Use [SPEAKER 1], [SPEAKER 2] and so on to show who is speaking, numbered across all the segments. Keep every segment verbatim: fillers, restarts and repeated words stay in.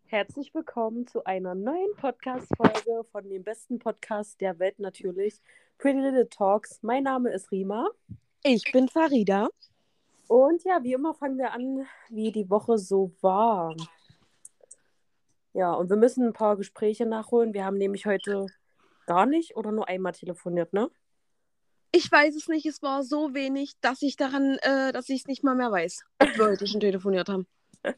[SPEAKER 1] Herzlich willkommen zu einer neuen Podcast-Folge von dem besten Podcast der Welt natürlich, Pretty Little Talks. Mein Name ist Rima.
[SPEAKER 2] Ich bin Farida.
[SPEAKER 1] Und ja, wie immer fangen wir an, wie die Woche so war. Ja, und wir müssen ein paar Gespräche nachholen. Wir haben nämlich heute gar nicht oder nur einmal telefoniert, ne?
[SPEAKER 2] Ich weiß es nicht, es war so wenig, dass ich daran, äh, dass ich es nicht mal mehr weiß, ob wir heute schon telefoniert haben.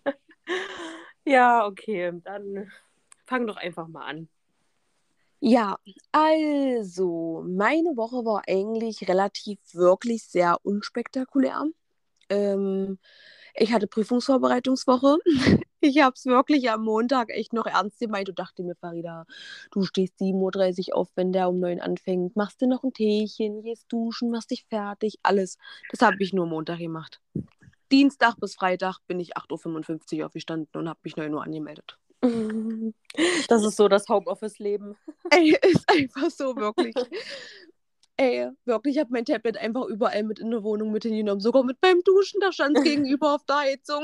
[SPEAKER 1] Ja, okay, dann fang doch einfach mal an.
[SPEAKER 2] Ja, also, meine Woche war eigentlich relativ wirklich sehr unspektakulär. Ähm, ich hatte Prüfungsvorbereitungswoche. Ich habe es wirklich am Montag echt noch ernst gemeint und dachte mir, Farida, du stehst sieben Uhr dreißig auf, wenn der um neun anfängt, machst dir noch ein Teechen, gehst duschen, machst dich fertig, alles. Das habe ich nur Montag gemacht. Dienstag bis Freitag bin ich acht Uhr fünfundfünfzig aufgestanden und habe mich neun Uhr angemeldet.
[SPEAKER 1] Das ist so das Homeoffice-Leben.
[SPEAKER 2] Ey, ist einfach so, wirklich. Ey, wirklich, ich habe mein Tablet einfach überall mit in der Wohnung mit hingenommen. Sogar mit beim Duschen, da stand es gegenüber auf der Heizung.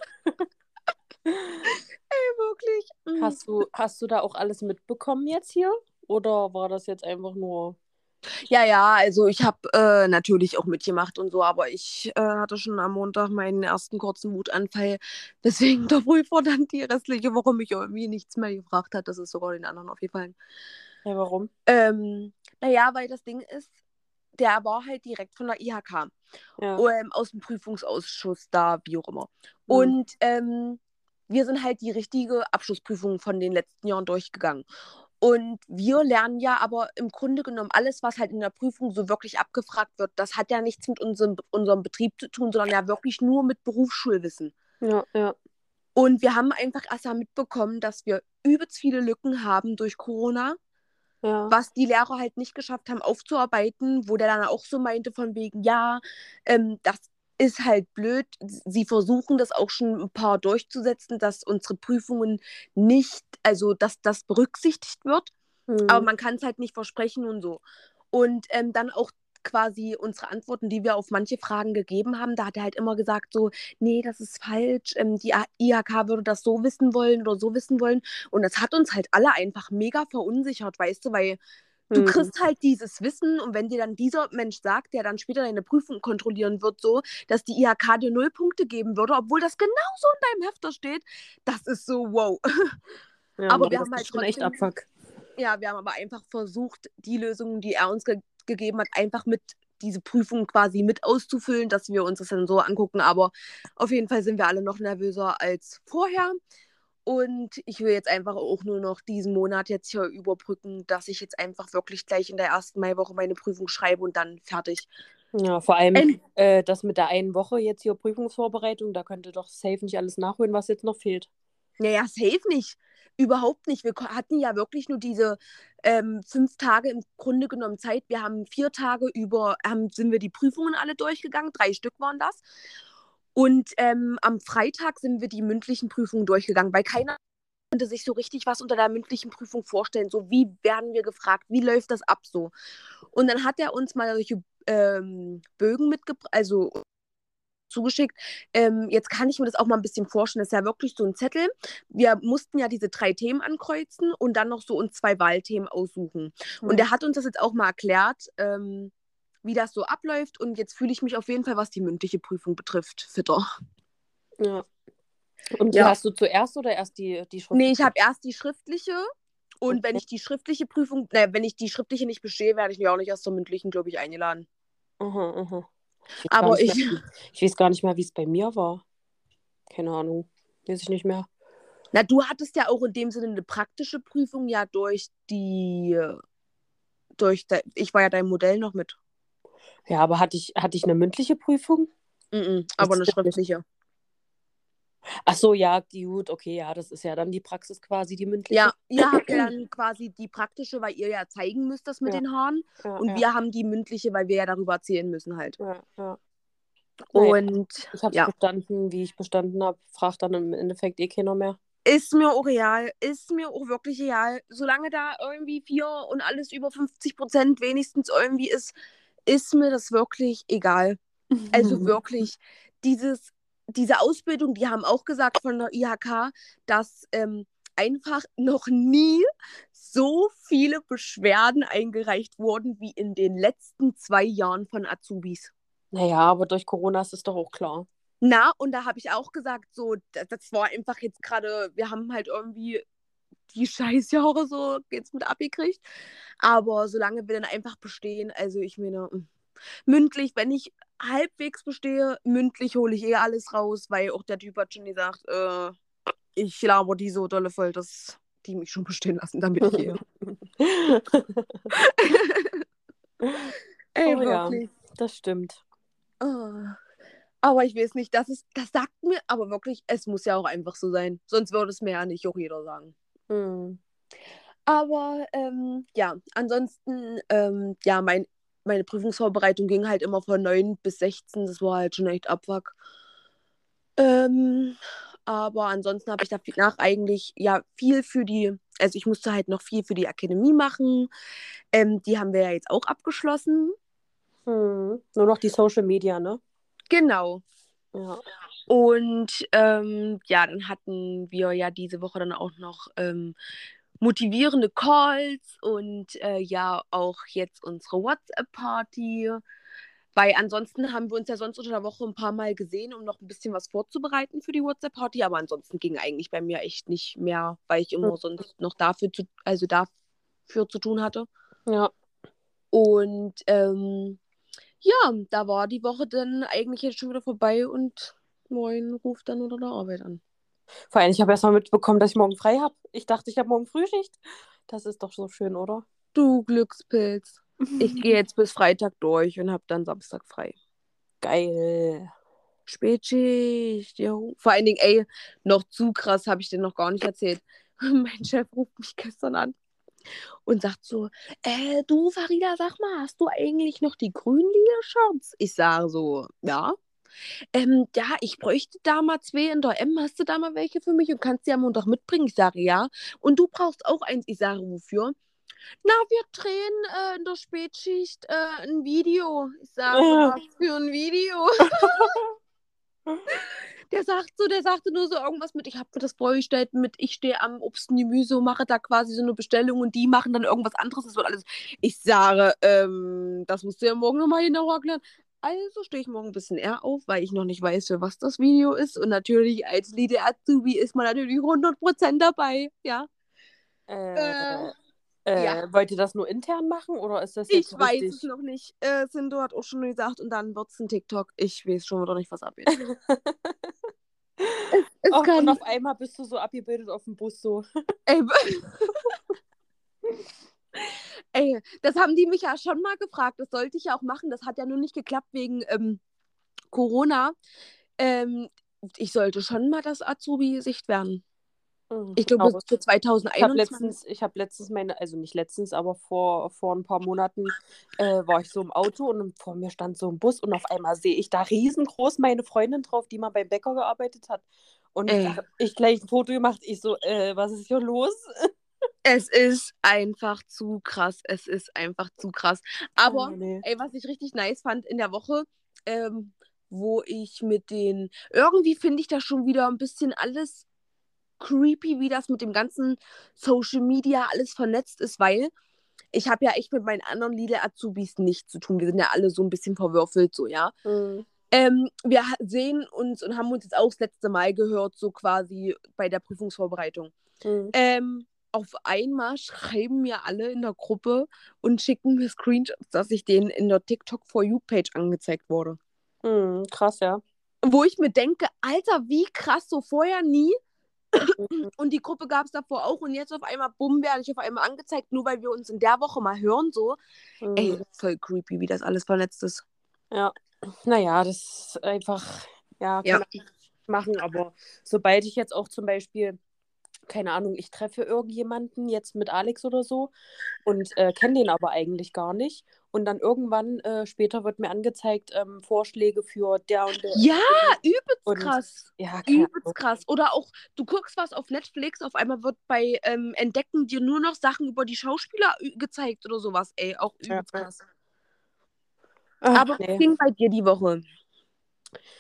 [SPEAKER 2] Ey, wirklich. Mhm.
[SPEAKER 1] Hast du, hast du da auch alles mitbekommen jetzt hier? Oder war das jetzt einfach nur...
[SPEAKER 2] Ja, ja, also ich habe äh, natürlich auch mitgemacht und so, aber ich äh, hatte schon am Montag meinen ersten kurzen Wutanfall, weswegen der Prüfer dann die restliche Woche mich irgendwie nichts mehr gefragt hat. Das ist sogar den anderen aufgefallen.
[SPEAKER 1] Ja, warum?
[SPEAKER 2] Ähm, naja, weil das Ding ist, der war halt direkt von der I H K.
[SPEAKER 1] Ja.
[SPEAKER 2] Ähm, aus dem Prüfungsausschuss da, wie auch immer.
[SPEAKER 1] Hm.
[SPEAKER 2] Und ähm, wir sind halt die richtige Abschlussprüfung von den letzten Jahren durchgegangen. Und wir lernen ja aber im Grunde genommen alles, was halt in der Prüfung so wirklich abgefragt wird, das hat ja nichts mit unserem, unserem Betrieb zu tun, sondern ja wirklich nur mit Berufsschulwissen.
[SPEAKER 1] Ja, ja.
[SPEAKER 2] Und wir haben einfach erst mal mitbekommen, dass wir übelst viele Lücken haben durch Corona,
[SPEAKER 1] Ja.
[SPEAKER 2] was die Lehrer halt nicht geschafft haben aufzuarbeiten, wo der dann auch so meinte von wegen, ja, ähm, das ist halt blöd. Sie versuchen das auch schon ein paar durchzusetzen, dass unsere Prüfungen nicht, also dass das berücksichtigt wird,
[SPEAKER 1] Hm.
[SPEAKER 2] aber man kann es halt nicht versprechen und so. Und ähm, dann auch quasi unsere Antworten, die wir auf manche Fragen gegeben haben, da hat er halt immer gesagt so, nee, das ist falsch, ähm, die I H K würde das so wissen wollen oder so wissen wollen. Und das hat uns halt alle einfach mega verunsichert, weißt du, weil du
[SPEAKER 1] Hm.
[SPEAKER 2] kriegst halt dieses Wissen und wenn dir dann dieser Mensch sagt, der dann später deine Prüfung kontrollieren wird, so, dass die I H K dir null Punkte geben würde, obwohl das genauso in deinem Hefter steht, das ist so wow.
[SPEAKER 1] Ja,
[SPEAKER 2] aber
[SPEAKER 1] Mann,
[SPEAKER 2] wir
[SPEAKER 1] das
[SPEAKER 2] haben
[SPEAKER 1] ist
[SPEAKER 2] halt
[SPEAKER 1] schon echt
[SPEAKER 2] trotzdem,
[SPEAKER 1] Abfuck.
[SPEAKER 2] ja, wir haben aber einfach versucht, die Lösungen, die er uns ge gegeben hat, einfach mit diese Prüfung quasi mit auszufüllen, dass wir uns das dann so angucken. Aber auf jeden Fall sind wir alle noch nervöser als vorher. Und ich will jetzt einfach auch nur noch diesen Monat jetzt hier überbrücken, dass ich jetzt einfach wirklich gleich in der ersten Maiwoche meine Prüfung schreibe und dann fertig.
[SPEAKER 1] Ja, vor allem
[SPEAKER 2] Ein
[SPEAKER 1] äh, das mit der einen Woche jetzt hier Prüfungsvorbereitung, da könnte doch safe nicht alles nachholen, was jetzt noch fehlt.
[SPEAKER 2] Naja, safe nicht. Überhaupt nicht. Wir hatten ja wirklich nur diese ähm, fünf Tage im Grunde genommen Zeit. Wir haben vier Tage über, haben, sind wir die Prüfungen alle durchgegangen. Drei Stück waren das. Und ähm, am Freitag sind wir die mündlichen Prüfungen durchgegangen, weil keiner konnte sich so richtig was unter der mündlichen Prüfung vorstellen. So, wie werden wir gefragt? Wie läuft das ab so? Und dann hat er uns mal solche ähm, Bögen mitgebracht, also zugeschickt. Ähm, jetzt kann ich mir das auch mal ein bisschen vorstellen. Das ist ja wirklich so ein Zettel. Wir mussten ja diese drei Themen ankreuzen und dann noch so uns zwei Wahlthemen aussuchen. Und
[SPEAKER 1] Hm.
[SPEAKER 2] der hat uns das jetzt auch mal erklärt, ähm, wie das so abläuft. Und jetzt fühle ich mich auf jeden Fall, was die mündliche Prüfung betrifft, fitter.
[SPEAKER 1] Ja. Und die
[SPEAKER 2] Ja.
[SPEAKER 1] hast du zuerst oder erst die, die schriftliche?
[SPEAKER 2] Nee, ich habe erst die schriftliche. Und
[SPEAKER 1] Okay.
[SPEAKER 2] wenn ich die schriftliche Prüfung, äh, wenn ich die schriftliche nicht bestehe, werde ich mich auch nicht erst zur mündlichen, glaube ich, eingeladen.
[SPEAKER 1] Aha, aha. Ich
[SPEAKER 2] Aber
[SPEAKER 1] weiß,
[SPEAKER 2] ich,
[SPEAKER 1] mehr, ich weiß gar nicht mehr, wie es bei mir war. Keine Ahnung. Weiß ich nicht mehr.
[SPEAKER 2] na, du hattest ja auch in dem Sinne eine praktische Prüfung ja durch die, durch, de, ich war ja dein Modell noch mit.
[SPEAKER 1] Ja, aber hatte ich, hatte ich eine mündliche Prüfung?
[SPEAKER 2] Mm-mm, aber eine schriftliche.
[SPEAKER 1] Ach so, ja, gut, okay, ja, das ist ja dann die Praxis quasi, die mündliche.
[SPEAKER 2] Ja, ihr habt ja dann quasi die praktische, weil ihr ja zeigen müsst, das mit
[SPEAKER 1] Ja.
[SPEAKER 2] den Haaren.
[SPEAKER 1] Ja,
[SPEAKER 2] und
[SPEAKER 1] ja.
[SPEAKER 2] wir haben die mündliche, weil wir ja darüber erzählen müssen halt.
[SPEAKER 1] Ja, ja.
[SPEAKER 2] Und
[SPEAKER 1] Naja, ich habe es
[SPEAKER 2] ja,
[SPEAKER 1] bestanden, wie ich bestanden habe. Fragt dann im Endeffekt eh keiner mehr.
[SPEAKER 2] ist mir auch real, ist mir auch wirklich real. Solange da irgendwie vier und alles über fünfzig Prozent wenigstens irgendwie ist, ist mir das wirklich egal. Also wirklich, dieses, diese Ausbildung, die haben auch gesagt von der I H K, dass ähm, einfach noch nie so viele Beschwerden eingereicht wurden wie in den letzten zwei Jahren von Azubis.
[SPEAKER 1] Naja, aber durch Corona ist es doch auch klar.
[SPEAKER 2] Na, und da habe ich auch gesagt, so, das, das war einfach jetzt gerade, wir haben halt irgendwie die Scheißjahre so jetzt mit abgekriegt. Aber solange wir dann einfach bestehen, also ich meine, mündlich, wenn ich halbwegs bestehe, mündlich hole ich eh alles raus, weil auch der Typ hat schon gesagt, äh, ich laber die so dolle voll, dass die mich schon bestehen lassen, damit ich gehe. Ey,
[SPEAKER 1] Oh ja,
[SPEAKER 2] wirklich.
[SPEAKER 1] das stimmt.
[SPEAKER 2] Oh. Aber ich weiß nicht, das ist, das sagt mir aber wirklich, es muss ja auch einfach so sein. Sonst würde es mir ja nicht auch jeder sagen.
[SPEAKER 1] Hm.
[SPEAKER 2] Aber ähm, ja, ansonsten, ähm, ja, mein, meine Prüfungsvorbereitung ging halt immer von neun bis sechzehn. Das war halt schon echt Abfuck. Ähm, aber ansonsten habe ich danach eigentlich ja viel für die, also ich musste halt noch viel für die Akademie machen. Ähm, die haben wir ja jetzt auch abgeschlossen.
[SPEAKER 1] Hm. Nur noch die Social Media, ne?
[SPEAKER 2] Genau.
[SPEAKER 1] Ja.
[SPEAKER 2] Und ähm, ja, dann hatten wir ja diese Woche dann auch noch ähm, motivierende Calls und äh, ja auch jetzt unsere WhatsApp-Party. Weil ansonsten haben wir uns ja sonst unter der Woche ein paar Mal gesehen, um noch ein bisschen was vorzubereiten für die WhatsApp-Party. Aber ansonsten ging eigentlich bei mir echt nicht mehr, weil ich immer sonst noch dafür zu, also dafür zu tun hatte.
[SPEAKER 1] Ja.
[SPEAKER 2] Und ähm, ja, da war die Woche dann eigentlich jetzt schon wieder vorbei und moin ruft dann unter der Arbeit an.
[SPEAKER 1] Vor allem, ich habe erst mal mitbekommen, dass ich morgen frei habe. Ich dachte, ich habe morgen Frühschicht. Das ist doch so schön, oder?
[SPEAKER 2] Du Glückspilz. Ich gehe jetzt bis Freitag durch und habe dann Samstag frei.
[SPEAKER 1] Geil.
[SPEAKER 2] Spätschicht, jo. Vor allen Dingen, ey, noch zu krass, habe ich dir noch gar nicht erzählt. Mein Chef ruft mich gestern an und sagt so, äh, du Farida, sag mal, hast du eigentlich noch die grünen Lila-Shirts? Ich sage so, ja. Ähm, ja, ich bräuchte da mal zwei in der M. Hast du da mal welche für mich und kannst die am Montag mitbringen? Ich sage, ja. Und du brauchst auch eins. Ich sage, wofür? Na, wir drehen äh, in der Spätschicht äh, ein Video. Ich sage,
[SPEAKER 1] Ja.
[SPEAKER 2] was für ein Video? Der sagt so, der sagte nur so irgendwas mit, ich habe mir das vorgestellt mit, ich stehe am Obst und Gemüse und mache da quasi so eine Bestellung und die machen dann irgendwas anderes. Das wird alles. Ich sage, ähm, das musst du ja morgen nochmal genauer erklären. Also stehe ich morgen ein bisschen eher auf, weil ich noch nicht weiß, für was das Video ist. Und natürlich als Lead Azubi ist man natürlich hundert Prozent dabei. Ja.
[SPEAKER 1] Äh,
[SPEAKER 2] Äh, ja.
[SPEAKER 1] äh, wollt ihr das nur intern machen oder ist das jetzt
[SPEAKER 2] Ich
[SPEAKER 1] so
[SPEAKER 2] weiß es
[SPEAKER 1] richtig?
[SPEAKER 2] noch nicht. Äh, Sindo hat auch schon gesagt und dann wird es ein TikTok. Ich weiß schon wieder nicht, was abgeht. es, es
[SPEAKER 1] Oh, und
[SPEAKER 2] kann.
[SPEAKER 1] auf einmal bist du so abgebildet auf dem Bus so.
[SPEAKER 2] Ey, ey, das haben die mich ja schon mal gefragt. Das sollte ich ja auch machen. Das hat ja nur nicht geklappt wegen ähm, Corona. Ähm, ich sollte schon mal das Azubi-Gesicht werden. Ich glaube,
[SPEAKER 1] Aber
[SPEAKER 2] für
[SPEAKER 1] ich habe
[SPEAKER 2] zwanzig einundzwanzig.
[SPEAKER 1] letztens, ich habe letztens meine, also nicht letztens, aber vor, vor ein paar Monaten äh, war ich so im Auto und vor mir stand so ein Bus und auf einmal sehe ich da riesengroß meine Freundin drauf, die mal beim Bäcker gearbeitet hat. Und da
[SPEAKER 2] Ey,
[SPEAKER 1] habe ich gleich ein Foto gemacht. Ich so, äh, was ist hier los?
[SPEAKER 2] es ist einfach zu krass. Es ist einfach zu krass. Aber,
[SPEAKER 1] Oh, nee.
[SPEAKER 2] ey, was ich richtig nice fand in der Woche, ähm, wo ich mit den. Irgendwie finde ich da schon wieder ein bisschen alles creepy, wie das mit dem ganzen Social Media alles vernetzt ist, weil ich habe ja echt mit meinen anderen Lidl-Azubis nichts zu tun. Wir sind ja alle so ein bisschen verwürfelt, so, ja.
[SPEAKER 1] Mhm.
[SPEAKER 2] Ähm, wir ha- sehen uns und haben uns jetzt auch das letzte Mal gehört, so quasi bei der Prüfungsvorbereitung.
[SPEAKER 1] Mhm.
[SPEAKER 2] Ähm, auf einmal schreiben mir alle in der Gruppe und schicken mir Screenshots, dass ich denen in der TikTok For You-Page angezeigt wurde.
[SPEAKER 1] Mhm. Krass, ja.
[SPEAKER 2] Wo ich mir denke, Alter, wie krass, so vorher nie.
[SPEAKER 1] Mhm.
[SPEAKER 2] Und die Gruppe gab es davor auch und jetzt auf einmal, bumm, werde ich auf einmal angezeigt, nur weil wir uns in der Woche mal hören, so. Ey,
[SPEAKER 1] Mhm.
[SPEAKER 2] voll creepy, wie das alles vernetzt ist.
[SPEAKER 1] Ja. Naja, das ist einfach, ja,
[SPEAKER 2] Ja.
[SPEAKER 1] kann man nicht machen, aber sobald ich jetzt auch zum Beispiel, keine Ahnung, ich treffe irgendjemanden jetzt mit Alex oder so und äh, kenne den aber eigentlich gar nicht. Und dann irgendwann äh, später wird mir angezeigt, ähm, Vorschläge für der und der.
[SPEAKER 2] Ja, übelst
[SPEAKER 1] Und
[SPEAKER 2] krass.
[SPEAKER 1] ja, keine
[SPEAKER 2] Übelst
[SPEAKER 1] Ahnung.
[SPEAKER 2] krass. Oder auch, du guckst was auf Netflix, auf einmal wird bei ähm, Entdecken dir nur noch Sachen über die Schauspieler ü- gezeigt oder sowas, ey. Auch
[SPEAKER 1] Ja,
[SPEAKER 2] übelst
[SPEAKER 1] ja.
[SPEAKER 2] krass.
[SPEAKER 1] Ach,
[SPEAKER 2] Aber was
[SPEAKER 1] nee.
[SPEAKER 2] ging bei dir die Woche?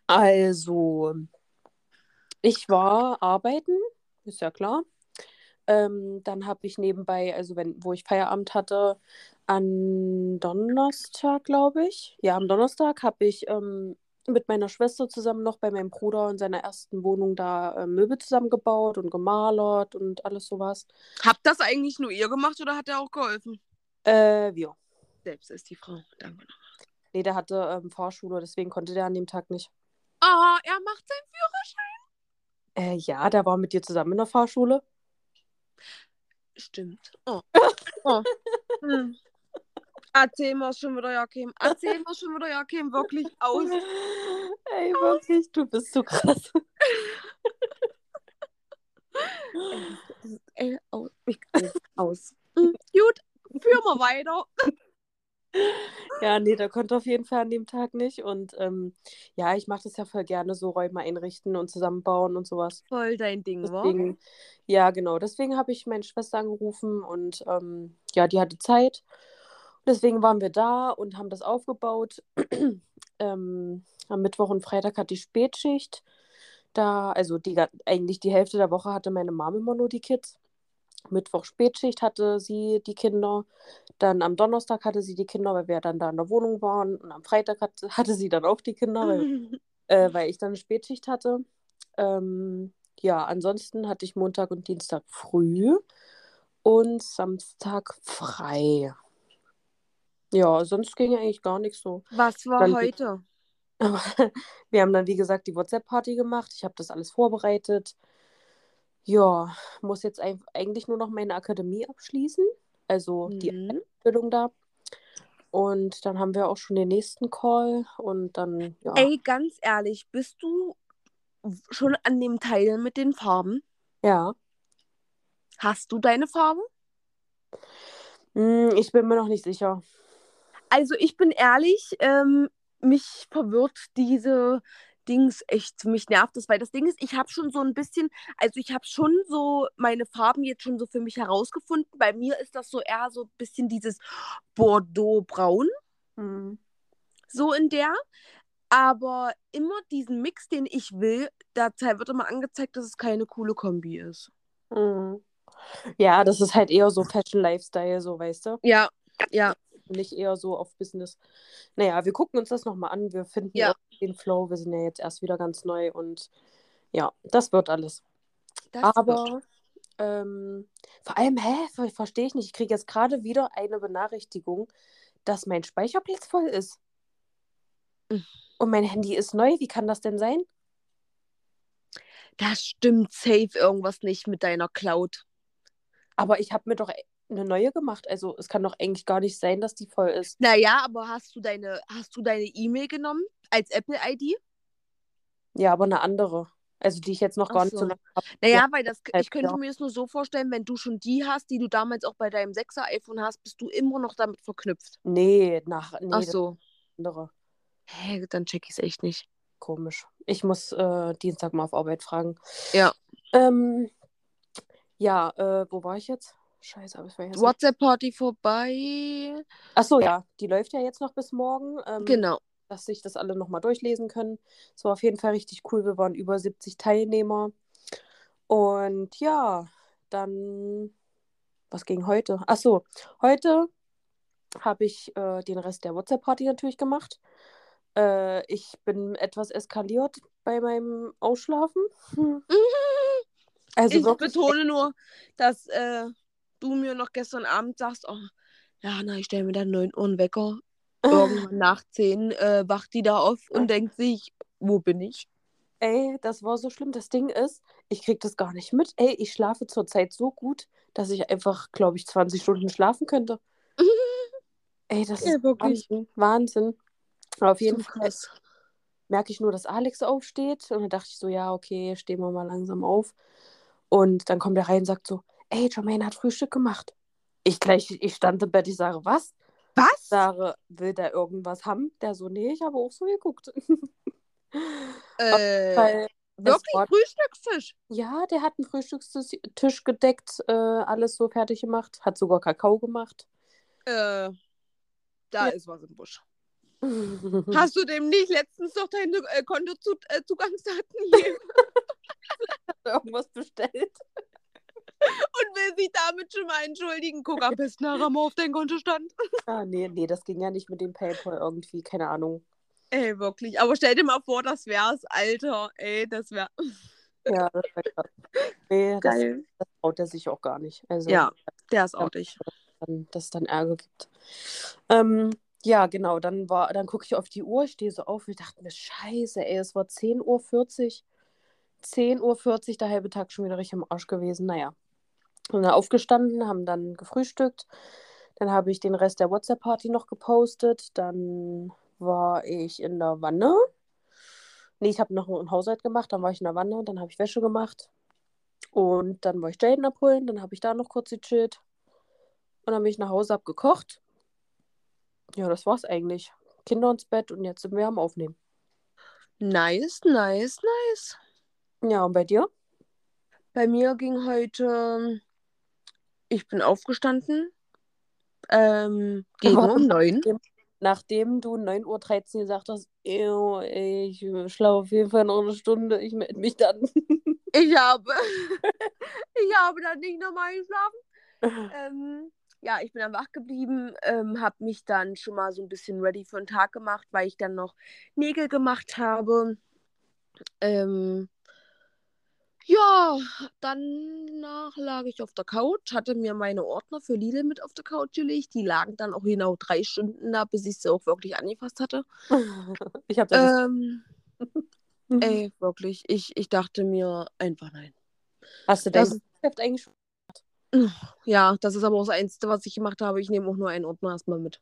[SPEAKER 1] Also, ich war arbeiten, ist ja klar. Ähm, dann habe ich nebenbei, also wenn, wo ich Feierabend hatte, an Donnerstag, glaube ich. Ja, am Donnerstag habe ich ähm, mit meiner Schwester zusammen noch bei meinem Bruder in seiner ersten Wohnung da äh, Möbel zusammengebaut und gemalert und alles sowas.
[SPEAKER 2] Habt das eigentlich nur ihr gemacht oder hat er auch geholfen?
[SPEAKER 1] Äh, ja.
[SPEAKER 2] Selbst ist die Frau. Danke.
[SPEAKER 1] Nee, der hatte ähm, Fahrschule, deswegen konnte der an dem Tag nicht.
[SPEAKER 2] Ah, er macht seinen Führerschein.
[SPEAKER 1] Äh, ja, der war mit dir zusammen in der Fahrschule.
[SPEAKER 2] Stimmt. Oh. Oh. Hm. Erzähl mal schon wieder, Joachim. Erzähl mal schon wieder, Joachim. Wirklich aus.
[SPEAKER 1] Ey, wirklich, du bist so krass.
[SPEAKER 2] Ey, das ist, ey, aus. Ich, aus. aus. Hm. Gut, führ mal weiter.
[SPEAKER 1] Ja, nee, der konnte auf jeden Fall an dem Tag nicht. Und ähm, ja, ich mache das ja voll gerne, so Räume einrichten und zusammenbauen und sowas.
[SPEAKER 2] Voll dein Ding, wa?
[SPEAKER 1] Deswegen, ja, genau. Deswegen habe ich meine Schwester angerufen und ähm, ja, die hatte Zeit. Deswegen waren wir da und haben das aufgebaut. ähm, Am Mittwoch und Freitag hatte ich Spätschicht. Da, also die, ga- eigentlich die Hälfte der Woche hatte meine Mom immer nur die Kids. Mittwoch Spätschicht hatte sie die Kinder. Dann am Donnerstag hatte sie die Kinder, weil wir dann da in der Wohnung waren. Und am Freitag hat, hatte sie dann auch die Kinder, weil, äh, weil ich dann eine Spätschicht hatte. Ähm, ja, ansonsten hatte ich Montag und Dienstag früh und Samstag frei. Ja, sonst ging ja eigentlich gar nichts so.
[SPEAKER 2] Was war
[SPEAKER 1] Dann,
[SPEAKER 2] heute?
[SPEAKER 1] aber wir haben dann, wie gesagt, die WhatsApp-Party gemacht. Ich habe das alles vorbereitet. Ja, muss jetzt ein- eigentlich nur noch meine Akademie abschließen. Also die
[SPEAKER 2] Mhm.
[SPEAKER 1] Ausbildung da. Und dann haben wir auch schon den nächsten Call und dann, ja.
[SPEAKER 2] Ey, ganz ehrlich, bist du schon an dem Teil mit den Farben?
[SPEAKER 1] Ja.
[SPEAKER 2] Hast du deine Farbe?
[SPEAKER 1] Hm, ich bin mir noch nicht sicher.
[SPEAKER 2] Also ich bin ehrlich, ähm, mich verwirrt diese Dings echt, mich nervt das, weil das Ding ist, ich habe schon so ein bisschen, also ich habe schon so meine Farben jetzt schon so für mich herausgefunden. Bei mir ist das so eher so ein bisschen dieses Bordeaux-Braun,
[SPEAKER 1] Hm.
[SPEAKER 2] so in der. Aber immer diesen Mix, den ich will, da wird immer angezeigt, dass es keine coole Kombi ist.
[SPEAKER 1] Hm. Ja, das ist halt eher so Fashion Lifestyle, so weißt du.
[SPEAKER 2] Ja, ja,
[SPEAKER 1] Nicht eher so auf Business. Naja, wir gucken uns das nochmal an. Wir finden
[SPEAKER 2] ja.
[SPEAKER 1] irgendwie den Flow. Wir sind ja jetzt erst wieder ganz neu und ja, das wird alles.
[SPEAKER 2] Das wird.
[SPEAKER 1] Aber ähm, vor allem, hä, ver verstehe ich nicht. Ich kriege jetzt gerade wieder eine Benachrichtigung, dass mein Speicherplatz voll ist. Und mein Handy ist neu. Wie kann das denn sein?
[SPEAKER 2] Da stimmt safe irgendwas nicht mit deiner Cloud.
[SPEAKER 1] Aber ich habe mir doch eine neue gemacht. Also es kann doch eigentlich gar nicht sein, dass die voll ist.
[SPEAKER 2] Naja, aber hast du deine, hast du deine E-Mail genommen als Apple-I D?
[SPEAKER 1] Ja, aber eine andere. Also die ich jetzt noch
[SPEAKER 2] Ach
[SPEAKER 1] gar nicht so
[SPEAKER 2] so.
[SPEAKER 1] lange habe. Ja,
[SPEAKER 2] Naja, weil das,
[SPEAKER 1] halb
[SPEAKER 2] ich könnte
[SPEAKER 1] Jahr.
[SPEAKER 2] mir das nur so vorstellen, wenn du schon die hast, die du damals auch bei deinem sechser iPhone hast, bist du immer noch damit verknüpft.
[SPEAKER 1] Nee, nach,
[SPEAKER 2] Ach
[SPEAKER 1] nee, das ist
[SPEAKER 2] so.
[SPEAKER 1] eine andere.
[SPEAKER 2] Hä, dann check ich es echt nicht.
[SPEAKER 1] Komisch. Ich muss äh, Dienstag mal auf Arbeit fragen.
[SPEAKER 2] Ja.
[SPEAKER 1] Ähm, ja, äh, wo war ich jetzt? Scheiße, habe ich vergessen.
[SPEAKER 2] WhatsApp-Party vorbei.
[SPEAKER 1] Achso, ja, die läuft ja jetzt noch bis morgen, ähm,
[SPEAKER 2] Genau.
[SPEAKER 1] dass sich das alle nochmal durchlesen können. Es war auf jeden Fall richtig cool. Wir waren über siebzig Teilnehmer. Und ja, dann, was ging heute? Achso, heute habe ich äh, den Rest der WhatsApp-Party natürlich gemacht. Äh, ich bin etwas eskaliert bei meinem Ausschlafen. Hm. Also
[SPEAKER 2] Ich
[SPEAKER 1] wirklich,
[SPEAKER 2] betone nur, dass äh, du mir noch gestern Abend sagst, oh, ja, na, ich stelle mir dann neun Uhr einen Wecker. Irgendwann nach zehn äh, wacht die da auf und denkt sich, wo bin ich?
[SPEAKER 1] ey, das war so schlimm. Das Ding ist, ich krieg das gar nicht mit. Ey, ich schlafe zurzeit so gut, dass ich einfach, glaube ich, zwanzig Stunden schlafen könnte. Ey, das ist
[SPEAKER 2] Ja, wirklich.
[SPEAKER 1] Wahnsinn. Wahnsinn. Aber auf
[SPEAKER 2] So
[SPEAKER 1] jeden Fall
[SPEAKER 2] krass.
[SPEAKER 1] merke ich nur, dass Alex aufsteht. Und dann dachte ich so, ja, okay, stehen wir mal langsam auf. Und dann kommt er rein und sagt so, ey, Jermaine hat Frühstück gemacht. Ich gleich, ich stand im Bett, ich sage, was?
[SPEAKER 2] Was?
[SPEAKER 1] Sage, will der irgendwas haben? Der so, nee, ich habe auch so geguckt.
[SPEAKER 2] Äh,
[SPEAKER 1] Weil es
[SPEAKER 2] wirklich
[SPEAKER 1] war,
[SPEAKER 2] Frühstückstisch?
[SPEAKER 1] ja, der hat einen Frühstückstisch gedeckt, äh, alles so fertig gemacht, hat sogar Kakao gemacht.
[SPEAKER 2] Äh, da
[SPEAKER 1] Ja,
[SPEAKER 2] ist was im Busch. Hast du dem nicht letztens doch deine äh, Kontozugangsdaten gegeben
[SPEAKER 1] Irgendwas bestellt?
[SPEAKER 2] und will sich damit schon mal entschuldigen? Guck am besten nachher mal auf deinen Kontostand.
[SPEAKER 1] Ah, nee, nee, das ging ja nicht mit dem PayPal irgendwie, keine Ahnung.
[SPEAKER 2] Ey, wirklich. Aber stell dir mal vor, das wär's, Alter. Ey, das wär
[SPEAKER 1] Ja, das war krass. Nee, das,
[SPEAKER 2] geil.
[SPEAKER 1] das traut er sich auch gar nicht. Also,
[SPEAKER 2] Ja, der ist
[SPEAKER 1] ähm,
[SPEAKER 2] outig.
[SPEAKER 1] dann, dass es dann Ärger gibt. Ähm, ja, genau, dann war, dann gucke ich auf die Uhr, ich stehe so auf und ich dachte mir, scheiße, ey, es war zehn Uhr vierzig. zehn Uhr vierzig, der halbe Tag schon wieder richtig im Arsch gewesen. Naja. Und dann aufgestanden, haben dann gefrühstückt. Dann habe ich den Rest der WhatsApp-Party noch gepostet. Dann war ich in der Wanne. Nee, ich habe noch einen Haushalt gemacht, dann war ich in der Wanne, dann habe ich Wäsche gemacht. Und dann war ich Jaden abholen, dann habe ich da noch kurz gechillt. Und dann bin ich nach Hause, hab gekocht. Ja, das war's eigentlich. Kinder ins Bett und jetzt sind wir am Aufnehmen.
[SPEAKER 2] Nice, nice, nice.
[SPEAKER 1] Ja, und bei dir?
[SPEAKER 2] Bei mir ging heute, ich bin aufgestanden, ähm, gegen
[SPEAKER 1] Warte
[SPEAKER 2] um
[SPEAKER 1] mal,
[SPEAKER 2] neun.
[SPEAKER 1] nachdem, nachdem du neun Uhr dreizehn gesagt hast, "Ew, ey, ich schlafe auf jeden Fall noch eine Stunde, ich melde mich dann."
[SPEAKER 2] Ich habe, ich habe dann nicht nochmal geschlafen. Ähm, ja, ich bin dann wach geblieben, ähm, habe mich dann schon mal so ein bisschen ready für den Tag gemacht, weil ich dann noch Nägel gemacht habe. Ähm, ja, danach lag ich auf der Couch, hatte mir meine Ordner für Lidl mit auf der Couch gelegt. Die lagen dann auch genau drei Stunden da, bis ich sie auch wirklich angefasst hatte.
[SPEAKER 1] Ich habe da das.
[SPEAKER 2] Ähm, ey, wirklich, ich, ich dachte mir einfach nein.
[SPEAKER 1] Hast du dein
[SPEAKER 2] Das,
[SPEAKER 1] Geschäft eigentlich schon?
[SPEAKER 2] ja, das ist aber auch das Einzige, was ich gemacht habe. Ich nehme auch nur einen Ordner erstmal mit.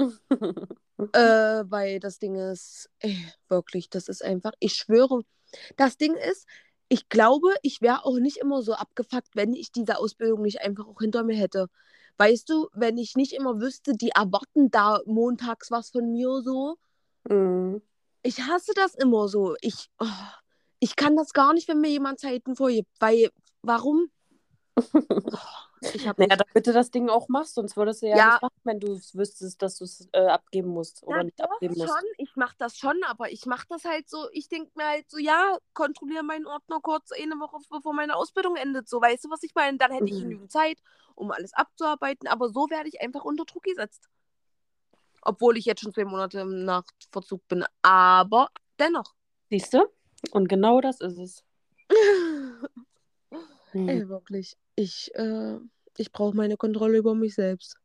[SPEAKER 2] Äh, weil das Ding ist, ey, wirklich, das ist einfach, ich schwöre, das Ding ist, ich glaube, ich wäre auch nicht immer so abgefuckt, wenn ich diese Ausbildung nicht einfach auch hinter mir hätte. Weißt du, wenn ich nicht immer wüsste, die erwarten da montags was von mir so.
[SPEAKER 1] Mhm.
[SPEAKER 2] Ich hasse das immer so. Ich, oh, ich kann das gar nicht, wenn mir jemand Zeiten vorgibt, weil, warum? Oh, ich hab
[SPEAKER 1] Naja,
[SPEAKER 2] nicht.
[SPEAKER 1] damit du das Ding auch machst, sonst würdest du ja
[SPEAKER 2] Ja,
[SPEAKER 1] nicht machen, wenn du wüsstest, dass du es äh, abgeben musst
[SPEAKER 2] na
[SPEAKER 1] oder nicht
[SPEAKER 2] doch,
[SPEAKER 1] abgeben
[SPEAKER 2] schon.
[SPEAKER 1] musst.
[SPEAKER 2] Ich mache das schon, aber ich mache das halt so, ich denke mir halt so, ja, kontrolliere meinen Ordner kurz eine Woche, bevor meine Ausbildung endet. So, weißt du, was ich meine? Dann hätte ich
[SPEAKER 1] Mhm.
[SPEAKER 2] genügend Zeit, um alles abzuarbeiten, aber so werde ich einfach unter Druck gesetzt. Obwohl ich jetzt schon zwei Monate im Nachverzug bin. Aber dennoch.
[SPEAKER 1] Siehst du? Und genau das ist es. Mhm.
[SPEAKER 2] Ey, wirklich. Ich, äh, ich brauche meine Kontrolle über mich selbst.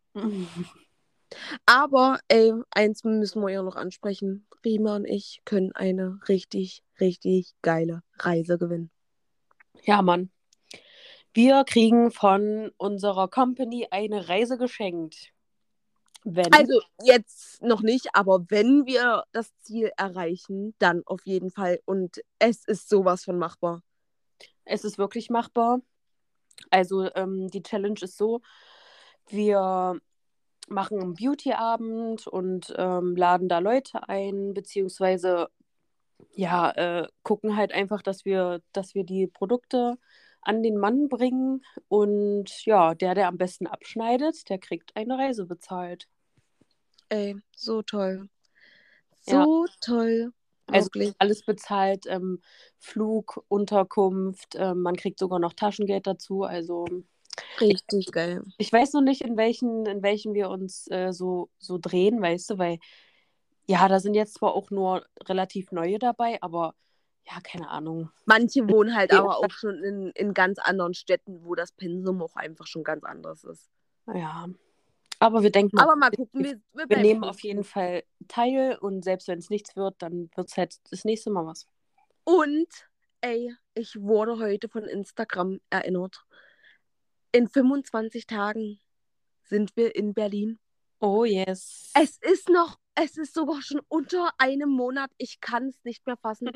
[SPEAKER 2] Aber, ey, eins müssen wir ja noch ansprechen. Rima und ich können eine richtig, richtig geile Reise gewinnen.
[SPEAKER 1] Ja, Mann. Wir kriegen von unserer Company eine Reise geschenkt. Wenn
[SPEAKER 2] Also jetzt noch nicht, aber wenn wir das Ziel erreichen, dann auf jeden Fall. Und es ist sowas von machbar.
[SPEAKER 1] es ist wirklich machbar. Also ähm, die Challenge ist so, wir machen einen Beauty-Abend und ähm, laden da Leute ein, beziehungsweise ja, äh, gucken halt einfach, dass wir, dass wir die Produkte an den Mann bringen und ja, der, der am besten abschneidet, der kriegt eine Reise bezahlt.
[SPEAKER 2] Ey, so toll.
[SPEAKER 1] Ja,
[SPEAKER 2] So toll.
[SPEAKER 1] also
[SPEAKER 2] Wirklich.
[SPEAKER 1] alles bezahlt, ähm, Flug, Unterkunft, ähm, man kriegt sogar noch Taschengeld dazu. Also ich,
[SPEAKER 2] Richtig geil.
[SPEAKER 1] ich weiß noch nicht, in welchen, in welchen wir uns äh, so, so drehen, weißt du, weil ja, da sind jetzt zwar auch nur relativ neue dabei, aber ja, keine Ahnung.
[SPEAKER 2] Manche wohnen halt aber auch schon in, in ganz anderen Städten, wo das Pensum auch einfach schon ganz anders ist.
[SPEAKER 1] Ja, aber wir denken mal
[SPEAKER 2] Aber mal gucken,
[SPEAKER 1] positiv.
[SPEAKER 2] wir, wir
[SPEAKER 1] Wir
[SPEAKER 2] bleiben
[SPEAKER 1] nehmen auf jeden
[SPEAKER 2] positiv.
[SPEAKER 1] Fall teil und selbst wenn es nichts wird, dann wird es halt das nächste Mal was.
[SPEAKER 2] Und, ey, ich wurde heute von Instagram erinnert. In fünfundzwanzig Tagen sind wir in Berlin.
[SPEAKER 1] Oh yes.
[SPEAKER 2] Es ist noch, es ist sogar schon unter einem Monat. Ich kann es nicht mehr fassen.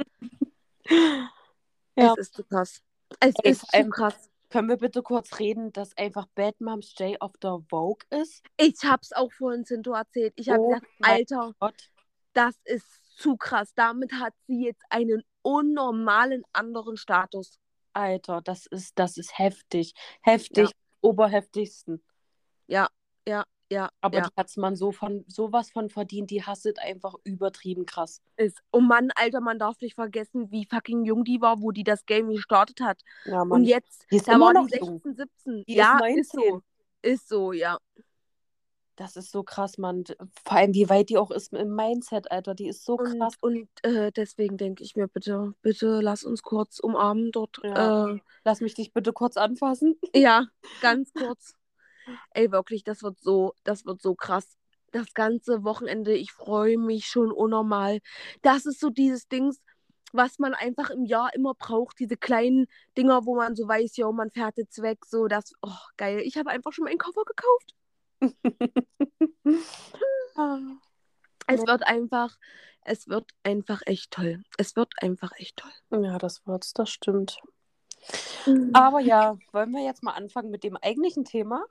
[SPEAKER 1] Ja,
[SPEAKER 2] Es ist zu krass. Es
[SPEAKER 1] ey, vor
[SPEAKER 2] ist zu
[SPEAKER 1] allem
[SPEAKER 2] krass.
[SPEAKER 1] können wir bitte kurz reden, dass einfach Bad Moms J auf der Vogue ist?
[SPEAKER 2] Ich hab's auch vorhin Sinto erzählt. Ich habe
[SPEAKER 1] Oh
[SPEAKER 2] gedacht,
[SPEAKER 1] mein
[SPEAKER 2] Alter,
[SPEAKER 1] Gott.
[SPEAKER 2] das ist zu krass. Damit hat sie jetzt einen unnormalen anderen Status.
[SPEAKER 1] Alter, das ist, das ist heftig.
[SPEAKER 2] Ja,
[SPEAKER 1] Heftig, oberheftigsten.
[SPEAKER 2] ja, ja. ja,
[SPEAKER 1] Aber
[SPEAKER 2] ja.
[SPEAKER 1] die hat's man so von, sowas von verdient, die hasset einfach übertrieben krass.
[SPEAKER 2] Ist. Oh Mann, Alter, man darf nicht vergessen, wie fucking jung die war, wo die das Game gestartet hat.
[SPEAKER 1] Ja,
[SPEAKER 2] Und
[SPEAKER 1] Mann.
[SPEAKER 2] jetzt,
[SPEAKER 1] Die ist
[SPEAKER 2] da
[SPEAKER 1] immer
[SPEAKER 2] war die
[SPEAKER 1] noch jung.
[SPEAKER 2] sechzehn, siebzehn.
[SPEAKER 1] Die ist
[SPEAKER 2] Ja, ist
[SPEAKER 1] neunzehn.
[SPEAKER 2] so. Ist so, ja.
[SPEAKER 1] Das ist so krass, Mann. Vor allem, wie weit die auch ist im Mindset, Alter. Die ist so
[SPEAKER 2] Und,
[SPEAKER 1] krass.
[SPEAKER 2] und äh, deswegen denke ich mir, bitte, bitte lass uns kurz umarmen dort.
[SPEAKER 1] Ja.
[SPEAKER 2] Äh,
[SPEAKER 1] Lass mich dich bitte kurz anfassen.
[SPEAKER 2] ja, ganz kurz. Ey, wirklich, das wird so, das wird so krass. Das ganze Wochenende, ich freue mich schon unnormal. Das ist so dieses Dings, was man einfach im Jahr immer braucht. Diese kleinen Dinger, wo man so weiß, jo, man fährt jetzt weg. So, das, oh, geil. Ich habe einfach schon meinen Koffer gekauft.
[SPEAKER 1] Ah.
[SPEAKER 2] Es
[SPEAKER 1] Ja.
[SPEAKER 2] wird einfach, es wird einfach echt toll. Es wird einfach echt toll.
[SPEAKER 1] Ja, das wird's, das stimmt.
[SPEAKER 2] Mhm.
[SPEAKER 1] Aber ja, wollen wir jetzt mal anfangen mit dem eigentlichen Thema?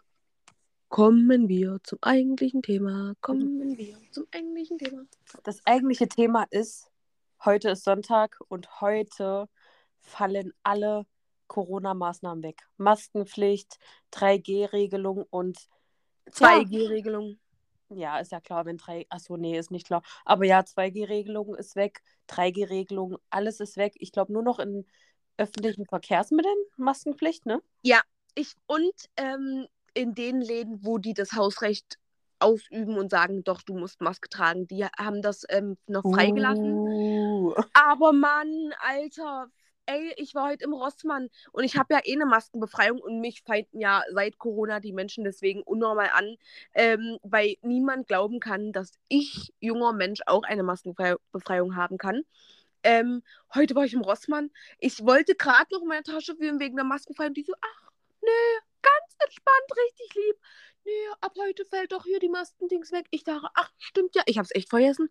[SPEAKER 2] Kommen wir zum eigentlichen Thema. Kommen wir zum eigentlichen Thema.
[SPEAKER 1] Das eigentliche Thema ist, heute ist Sonntag und heute fallen alle Corona-Maßnahmen weg. Maskenpflicht, drei G Regelung und
[SPEAKER 2] zwei G Regelung.
[SPEAKER 1] Ja, ist ja klar, wenn drei, achso, nee, ist nicht klar. Aber ja, zwei G Regelung ist weg, drei G Regelung, alles ist weg. Ich glaube nur noch in öffentlichen Verkehrsmitteln Maskenpflicht, ne?
[SPEAKER 2] Ja, ich und ähm, in den Läden, wo die das Hausrecht ausüben und sagen, doch, du musst Maske tragen, die haben das ähm, noch freigelassen.
[SPEAKER 1] Uh.
[SPEAKER 2] Aber Mann, Alter, ey, ich war heute im Rossmann und ich habe ja eh eine Maskenbefreiung und mich feinden ja seit Corona die Menschen deswegen unnormal an, ähm, weil niemand glauben kann, dass ich, junger Mensch, auch eine Maskenbefreiung haben kann. Ähm, heute war ich im Rossmann. Ich wollte gerade noch in meine Tasche wühlen wegen der Maskenbefreiung und die so, ach, nee, ganz entspannt, richtig lieb. Nee, ab heute fällt doch hier die Maskendings weg. Ich dachte, ach, stimmt ja. Ich habe es echt vergessen.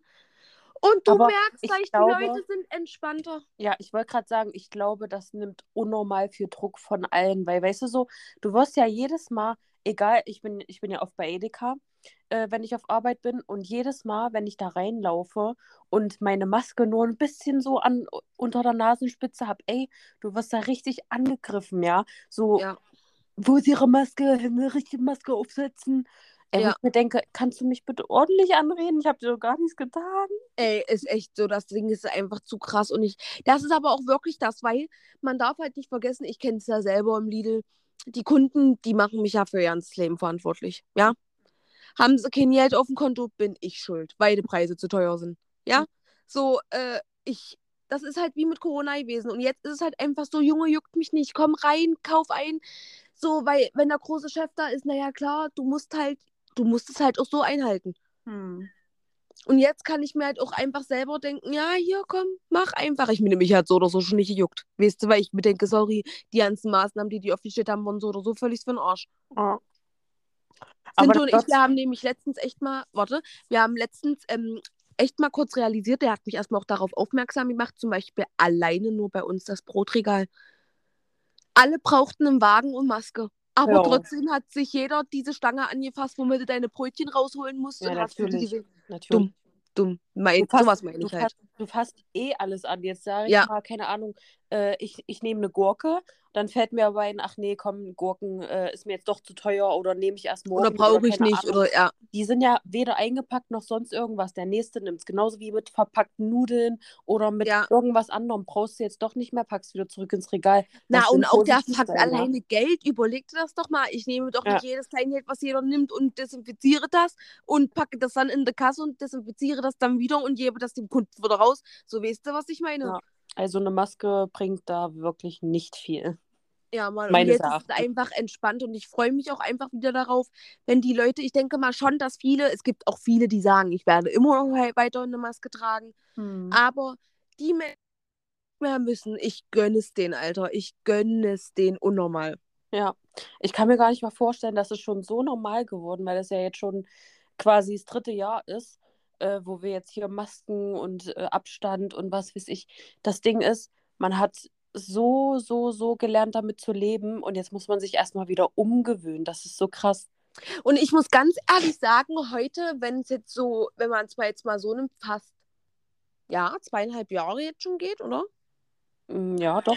[SPEAKER 2] Und du
[SPEAKER 1] Aber
[SPEAKER 2] merkst
[SPEAKER 1] ich
[SPEAKER 2] gleich,
[SPEAKER 1] glaube,
[SPEAKER 2] die Leute sind entspannter.
[SPEAKER 1] ja, ich wollte gerade sagen, ich glaube, das nimmt unnormal viel Druck von allen, weil, weißt du so, du wirst ja jedes Mal, egal, ich bin, ich bin ja oft bei Edeka, äh, wenn ich auf Arbeit bin und jedes Mal, wenn ich da reinlaufe und meine Maske nur ein bisschen so an, unter der Nasenspitze habe, ey, du wirst da richtig angegriffen, ja, so,
[SPEAKER 2] Ja,
[SPEAKER 1] wo ist ihre Maske, eine richtige Maske aufsetzen, ey, wo
[SPEAKER 2] ja.
[SPEAKER 1] ich mir denke, kannst du mich bitte ordentlich anreden? Ich habe dir doch gar nichts getan.
[SPEAKER 2] Ey, ist echt so, das Ding ist einfach zu krass. Und ich, das ist aber auch wirklich das, weil man darf halt nicht vergessen, ich kenne es ja selber im Lidl, die Kunden, die machen mich ja für ihr ganzes Leben verantwortlich. Ja? Haben sie kein Geld auf dem Konto, bin ich schuld, weil die Preise zu teuer sind. Ja? So, äh, ich, das ist halt wie mit Corona gewesen. Und jetzt ist es halt einfach so, Junge, juckt mich nicht, komm rein, kauf ein. So, weil, wenn der große Chef da ist, naja, klar, du musst halt, du musst es halt auch so einhalten.
[SPEAKER 1] Hm.
[SPEAKER 2] Und jetzt kann ich mir halt auch einfach selber denken, ja, hier, komm, mach einfach. Ich bin nämlich halt so oder so schon nicht gejuckt. Weißt du, weil ich mir denke, sorry, die ganzen Maßnahmen, die die aufgestellt haben, waren so oder so völlig für den Arsch.
[SPEAKER 1] Ja. Aber
[SPEAKER 2] Sinte
[SPEAKER 1] das
[SPEAKER 2] und ich,
[SPEAKER 1] wird
[SPEAKER 2] wir haben nämlich letztens echt mal, warte, wir haben letztens ähm, echt mal kurz realisiert, der hat mich erstmal auch darauf aufmerksam gemacht, zum Beispiel alleine nur bei uns das Brotregal. Alle brauchten einen Wagen und Maske. Aber
[SPEAKER 1] ja.
[SPEAKER 2] trotzdem hat sich jeder diese Stange angefasst, womit du deine Brötchen rausholen musst
[SPEAKER 1] Ja,
[SPEAKER 2] und hast du die
[SPEAKER 1] natürlich.
[SPEAKER 2] gesehen.
[SPEAKER 1] Natürlich.
[SPEAKER 2] Dumm, dumm.
[SPEAKER 1] Du
[SPEAKER 2] Mein,
[SPEAKER 1] fasst,
[SPEAKER 2] sowas meine
[SPEAKER 1] du
[SPEAKER 2] ich halt.
[SPEAKER 1] fasst, du fasst eh alles an. Jetzt sage ich
[SPEAKER 2] Ja,
[SPEAKER 1] mal, keine Ahnung, äh, ich, ich nehme eine Gurke, dann fällt mir aber ein, ach nee, komm, Gurken äh, ist mir jetzt doch zu teuer oder nehme ich erst
[SPEAKER 2] oder
[SPEAKER 1] morgen mit oder
[SPEAKER 2] brauche ich
[SPEAKER 1] keine
[SPEAKER 2] nicht,
[SPEAKER 1] Ahnung.
[SPEAKER 2] oder ja.
[SPEAKER 1] Die sind ja weder eingepackt noch sonst irgendwas. Der nächste nimmt es. Genauso wie mit verpackten Nudeln oder mit
[SPEAKER 2] Ja.
[SPEAKER 1] irgendwas anderem. Brauchst du jetzt doch nicht mehr, packst wieder zurück ins Regal.
[SPEAKER 2] Na,
[SPEAKER 1] Lass
[SPEAKER 2] und
[SPEAKER 1] den
[SPEAKER 2] auch der
[SPEAKER 1] positiv
[SPEAKER 2] Fakt
[SPEAKER 1] sein, ja.
[SPEAKER 2] alleine Geld, überleg dir das doch mal. Ich nehme doch
[SPEAKER 1] Ja.
[SPEAKER 2] nicht jedes Kleingeld, was jeder nimmt und desinfiziere das und packe das dann in die Kasse und desinfiziere das dann wieder und gebe das dem Kunden wieder raus. So, weißt du, was ich meine?
[SPEAKER 1] Ja. Also eine Maske bringt da wirklich nicht viel.
[SPEAKER 2] Ja, Mann, und
[SPEAKER 1] Meines
[SPEAKER 2] jetzt ist es
[SPEAKER 1] Erachtens.
[SPEAKER 2] einfach entspannt und ich freue mich auch einfach wieder darauf, wenn die Leute, ich denke mal schon, dass viele, es gibt auch viele, die sagen, ich werde immer noch weiter eine Maske tragen,
[SPEAKER 1] Hm.
[SPEAKER 2] aber die Menschen mehr müssen, ich gönne es denen, Alter, ich gönne es denen unnormal.
[SPEAKER 1] Ja, ich kann mir gar nicht mal vorstellen, dass es schon so normal geworden, weil das ja jetzt schon quasi das dritte Jahr ist, äh, wo wir jetzt hier Masken und äh, Abstand und was weiß ich. Das Ding ist, man hat so, so, so gelernt, damit zu leben und jetzt muss man sich erstmal wieder umgewöhnen. Das ist so krass.
[SPEAKER 2] Und ich muss ganz ehrlich sagen, heute, wenn es jetzt so, wenn man es mal jetzt mal so nimmt, fast, ja, zweieinhalb Jahre jetzt schon geht, oder?
[SPEAKER 1] Mm, Ja, doch.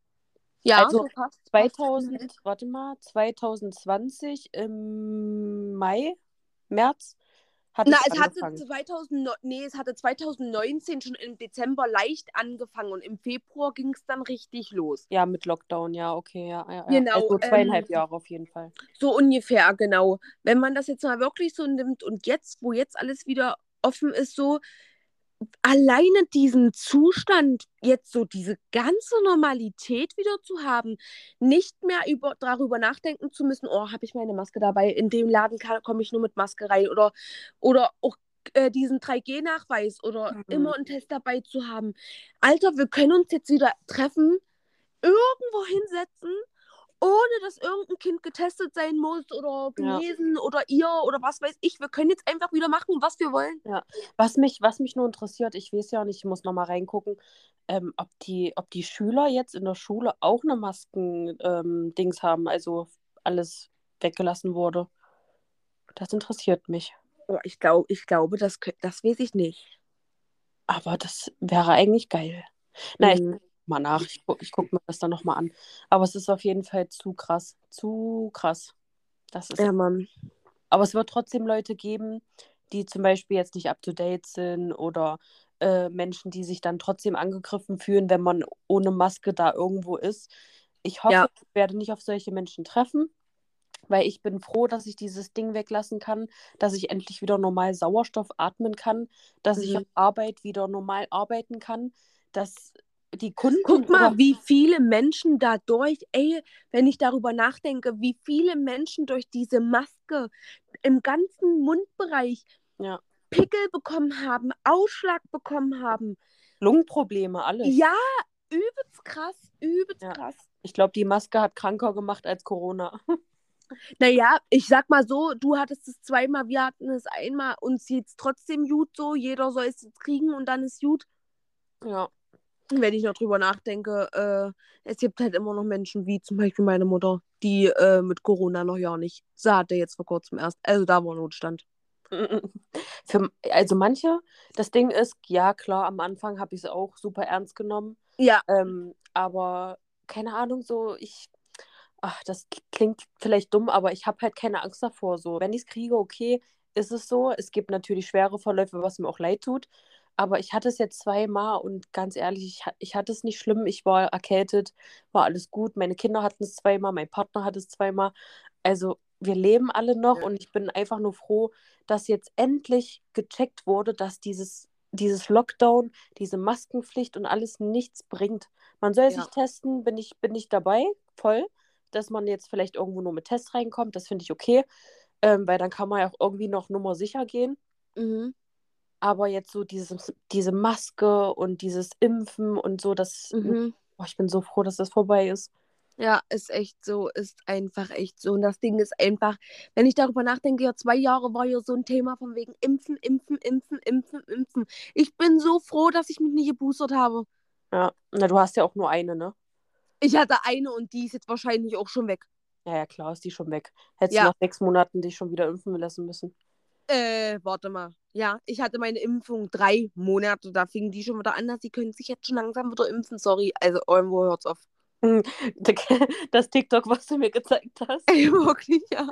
[SPEAKER 2] Ja,
[SPEAKER 1] Also
[SPEAKER 2] so fast. fast.
[SPEAKER 1] zweitausend, warte mal, zwanzig zwanzig im Mai, März hat
[SPEAKER 2] Na,
[SPEAKER 1] es
[SPEAKER 2] es hatte
[SPEAKER 1] angefangen.
[SPEAKER 2] zweitausend, nee, es hatte zwanzig neunzehn schon im Dezember leicht angefangen und im Februar ging es dann richtig los.
[SPEAKER 1] Ja, mit Lockdown, ja, okay, ja, ja, ja.
[SPEAKER 2] Genau,
[SPEAKER 1] Also
[SPEAKER 2] ähm,
[SPEAKER 1] zweieinhalb Jahre auf jeden Fall.
[SPEAKER 2] so ungefähr, genau. Wenn man das jetzt mal wirklich so nimmt und jetzt, wo jetzt alles wieder offen ist, so alleine diesen Zustand, jetzt so diese ganze Normalität wieder zu haben, nicht mehr über, darüber nachdenken zu müssen, oh, habe ich meine Maske dabei, in dem Laden komme ich nur mit Maske rein oder, oder auch äh, diesen drei G Nachweis oder
[SPEAKER 1] Mhm.
[SPEAKER 2] immer einen Test dabei zu haben. Alter, wir können uns jetzt wieder treffen, irgendwo hinsetzen, ohne dass irgendein Kind getestet sein muss oder
[SPEAKER 1] Ja,
[SPEAKER 2] genesen oder ihr oder was weiß ich. Wir können jetzt einfach wieder machen, was wir wollen.
[SPEAKER 1] ja. Was mich, was mich nur interessiert, ich weiß ja nicht, ich muss nochmal reingucken, ähm, ob die, ob die Schüler jetzt in der Schule auch eine Masken-Dings haben, also alles weggelassen wurde. Das interessiert mich.
[SPEAKER 2] Oh, ich, glaub, ich glaube, das, kö- das weiß ich nicht.
[SPEAKER 1] Aber das wäre eigentlich geil. Na, ich
[SPEAKER 2] Mhm.
[SPEAKER 1] guck mal nach. Ich, gu- ich gucke mir das dann nochmal an. Aber es ist auf jeden Fall zu krass. Zu krass. Das ist.
[SPEAKER 2] Ja, Mann.
[SPEAKER 1] Aber es wird trotzdem Leute geben, die zum Beispiel jetzt nicht up to date sind oder äh, Menschen, die sich dann trotzdem angegriffen fühlen, wenn man ohne Maske da irgendwo ist. Ich hoffe,
[SPEAKER 2] Ja.
[SPEAKER 1] ich werde nicht auf solche Menschen treffen, weil ich bin froh, dass ich dieses Ding weglassen kann, dass ich endlich wieder normal Sauerstoff atmen kann, dass ich auf
[SPEAKER 2] Mhm.
[SPEAKER 1] Arbeit wieder normal arbeiten kann, dass die Kunden
[SPEAKER 2] Guck mal,
[SPEAKER 1] oder
[SPEAKER 2] wie viele Menschen dadurch, ey, wenn ich darüber nachdenke, wie viele Menschen durch diese Maske im ganzen Mundbereich
[SPEAKER 1] ja,
[SPEAKER 2] Pickel bekommen haben, Ausschlag bekommen haben.
[SPEAKER 1] Lungenprobleme, alles.
[SPEAKER 2] Ja, übelst krass, übelst
[SPEAKER 1] Ja.
[SPEAKER 2] krass.
[SPEAKER 1] Ich glaube, die Maske hat kranker gemacht als Corona.
[SPEAKER 2] Naja, ich sag mal so, du hattest es zweimal, wir hatten es einmal, uns geht's trotzdem gut so, jeder soll es jetzt kriegen und dann ist gut.
[SPEAKER 1] Ja.
[SPEAKER 2] Wenn ich noch drüber nachdenke, äh, es gibt halt immer noch Menschen wie zum Beispiel meine Mutter, die äh, mit Corona noch ja nicht. Sie hatte jetzt vor kurzem erst, also da war Notstand.
[SPEAKER 1] Für, also manche, das Ding ist, ja klar, am Anfang habe ich es auch super ernst genommen.
[SPEAKER 2] Ja,
[SPEAKER 1] Ähm, aber keine Ahnung, so ich, ach, das klingt vielleicht dumm, aber ich habe halt keine Angst davor. So, wenn ich es kriege, okay, ist es so. Es gibt natürlich schwere Verläufe, was mir auch leid tut. Aber ich hatte es jetzt zweimal und ganz ehrlich, ich, ha- ich hatte es nicht schlimm. Ich war erkältet, war alles gut. Meine Kinder hatten es zweimal, mein Partner hat es zweimal. Also wir leben alle noch und ich bin einfach nur froh, dass jetzt endlich gecheckt wurde, dass dieses, dieses Lockdown, diese Maskenpflicht und alles nichts bringt. Man soll sich
[SPEAKER 2] ja.
[SPEAKER 1] testen, bin ich, bin ich dabei, voll, dass man jetzt vielleicht irgendwo nur mit Test reinkommt, das finde ich okay, ähm, weil dann kann man ja auch irgendwie noch Nummer sicher gehen.
[SPEAKER 2] Mhm.
[SPEAKER 1] Aber jetzt so dieses, diese Maske und dieses Impfen und so, das,
[SPEAKER 2] Mhm.
[SPEAKER 1] boah, ich bin so froh, dass das vorbei ist.
[SPEAKER 2] Ja, ist echt so, ist einfach echt so. Und das Ding ist einfach, wenn ich darüber nachdenke, ja, zwei Jahre war ja so ein Thema von wegen Impfen, Impfen, Impfen, Impfen, Impfen. Ich bin so froh, dass ich mich nicht geboostert habe.
[SPEAKER 1] Ja, na, du hast ja auch nur eine, ne?
[SPEAKER 2] Ich hatte eine und die ist jetzt wahrscheinlich auch schon weg.
[SPEAKER 1] Ja, ja, klar, ist die schon weg. Hättest du
[SPEAKER 2] Ja,
[SPEAKER 1] nach sechs Monaten dich schon wieder impfen lassen müssen.
[SPEAKER 2] äh, warte mal. Ja, ich hatte meine Impfung drei Monate, da fingen die schon wieder an, dass sie können sich jetzt schon langsam wieder impfen. Sorry, also irgendwo hört's auf.
[SPEAKER 1] Hm, das TikTok, was du mir gezeigt hast.
[SPEAKER 2] Ey, wirklich, ja.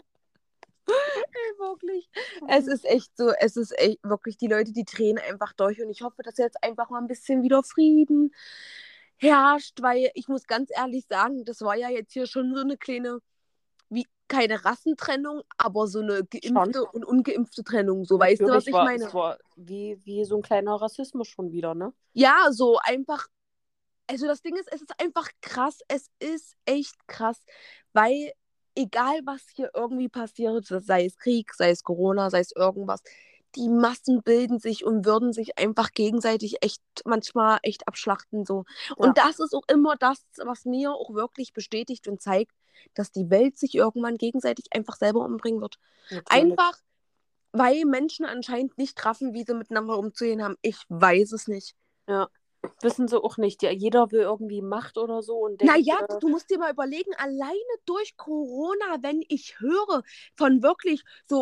[SPEAKER 2] Ey, wirklich. Es ist echt so, es ist echt wirklich, die Leute, die drehen einfach durch und ich hoffe, dass jetzt einfach mal ein bisschen wieder Frieden herrscht, weil ich muss ganz ehrlich sagen, das war ja jetzt hier schon so eine kleine, wie keine Rassentrennung, aber so eine
[SPEAKER 1] Schon.
[SPEAKER 2] geimpfte und ungeimpfte Trennung. So, weißt du, was
[SPEAKER 1] Natürlich
[SPEAKER 2] ich
[SPEAKER 1] war
[SPEAKER 2] meine?
[SPEAKER 1] es war wie, wie so ein kleiner Rassismus schon wieder, ne?
[SPEAKER 2] Ja, so einfach. Also das Ding ist, es ist einfach krass. Es ist echt krass, weil egal was hier irgendwie passiert, sei es Krieg, sei es Corona, sei es irgendwas, die Massen bilden sich und würden sich einfach gegenseitig echt manchmal echt abschlachten so.
[SPEAKER 1] Ja,
[SPEAKER 2] Und das ist auch immer das, was mir auch wirklich bestätigt und zeigt, dass die Welt sich irgendwann gegenseitig einfach selber umbringen wird.
[SPEAKER 1] natürlich.
[SPEAKER 2] Einfach, weil Menschen anscheinend nicht raffen, wie sie miteinander umzugehen haben. Ich weiß es nicht.
[SPEAKER 1] Ja. Wissen sie auch nicht. Ja, jeder will irgendwie Macht oder so und denkt,
[SPEAKER 2] Naja,
[SPEAKER 1] äh,
[SPEAKER 2] du musst dir mal überlegen, alleine durch Corona, wenn ich höre von wirklich so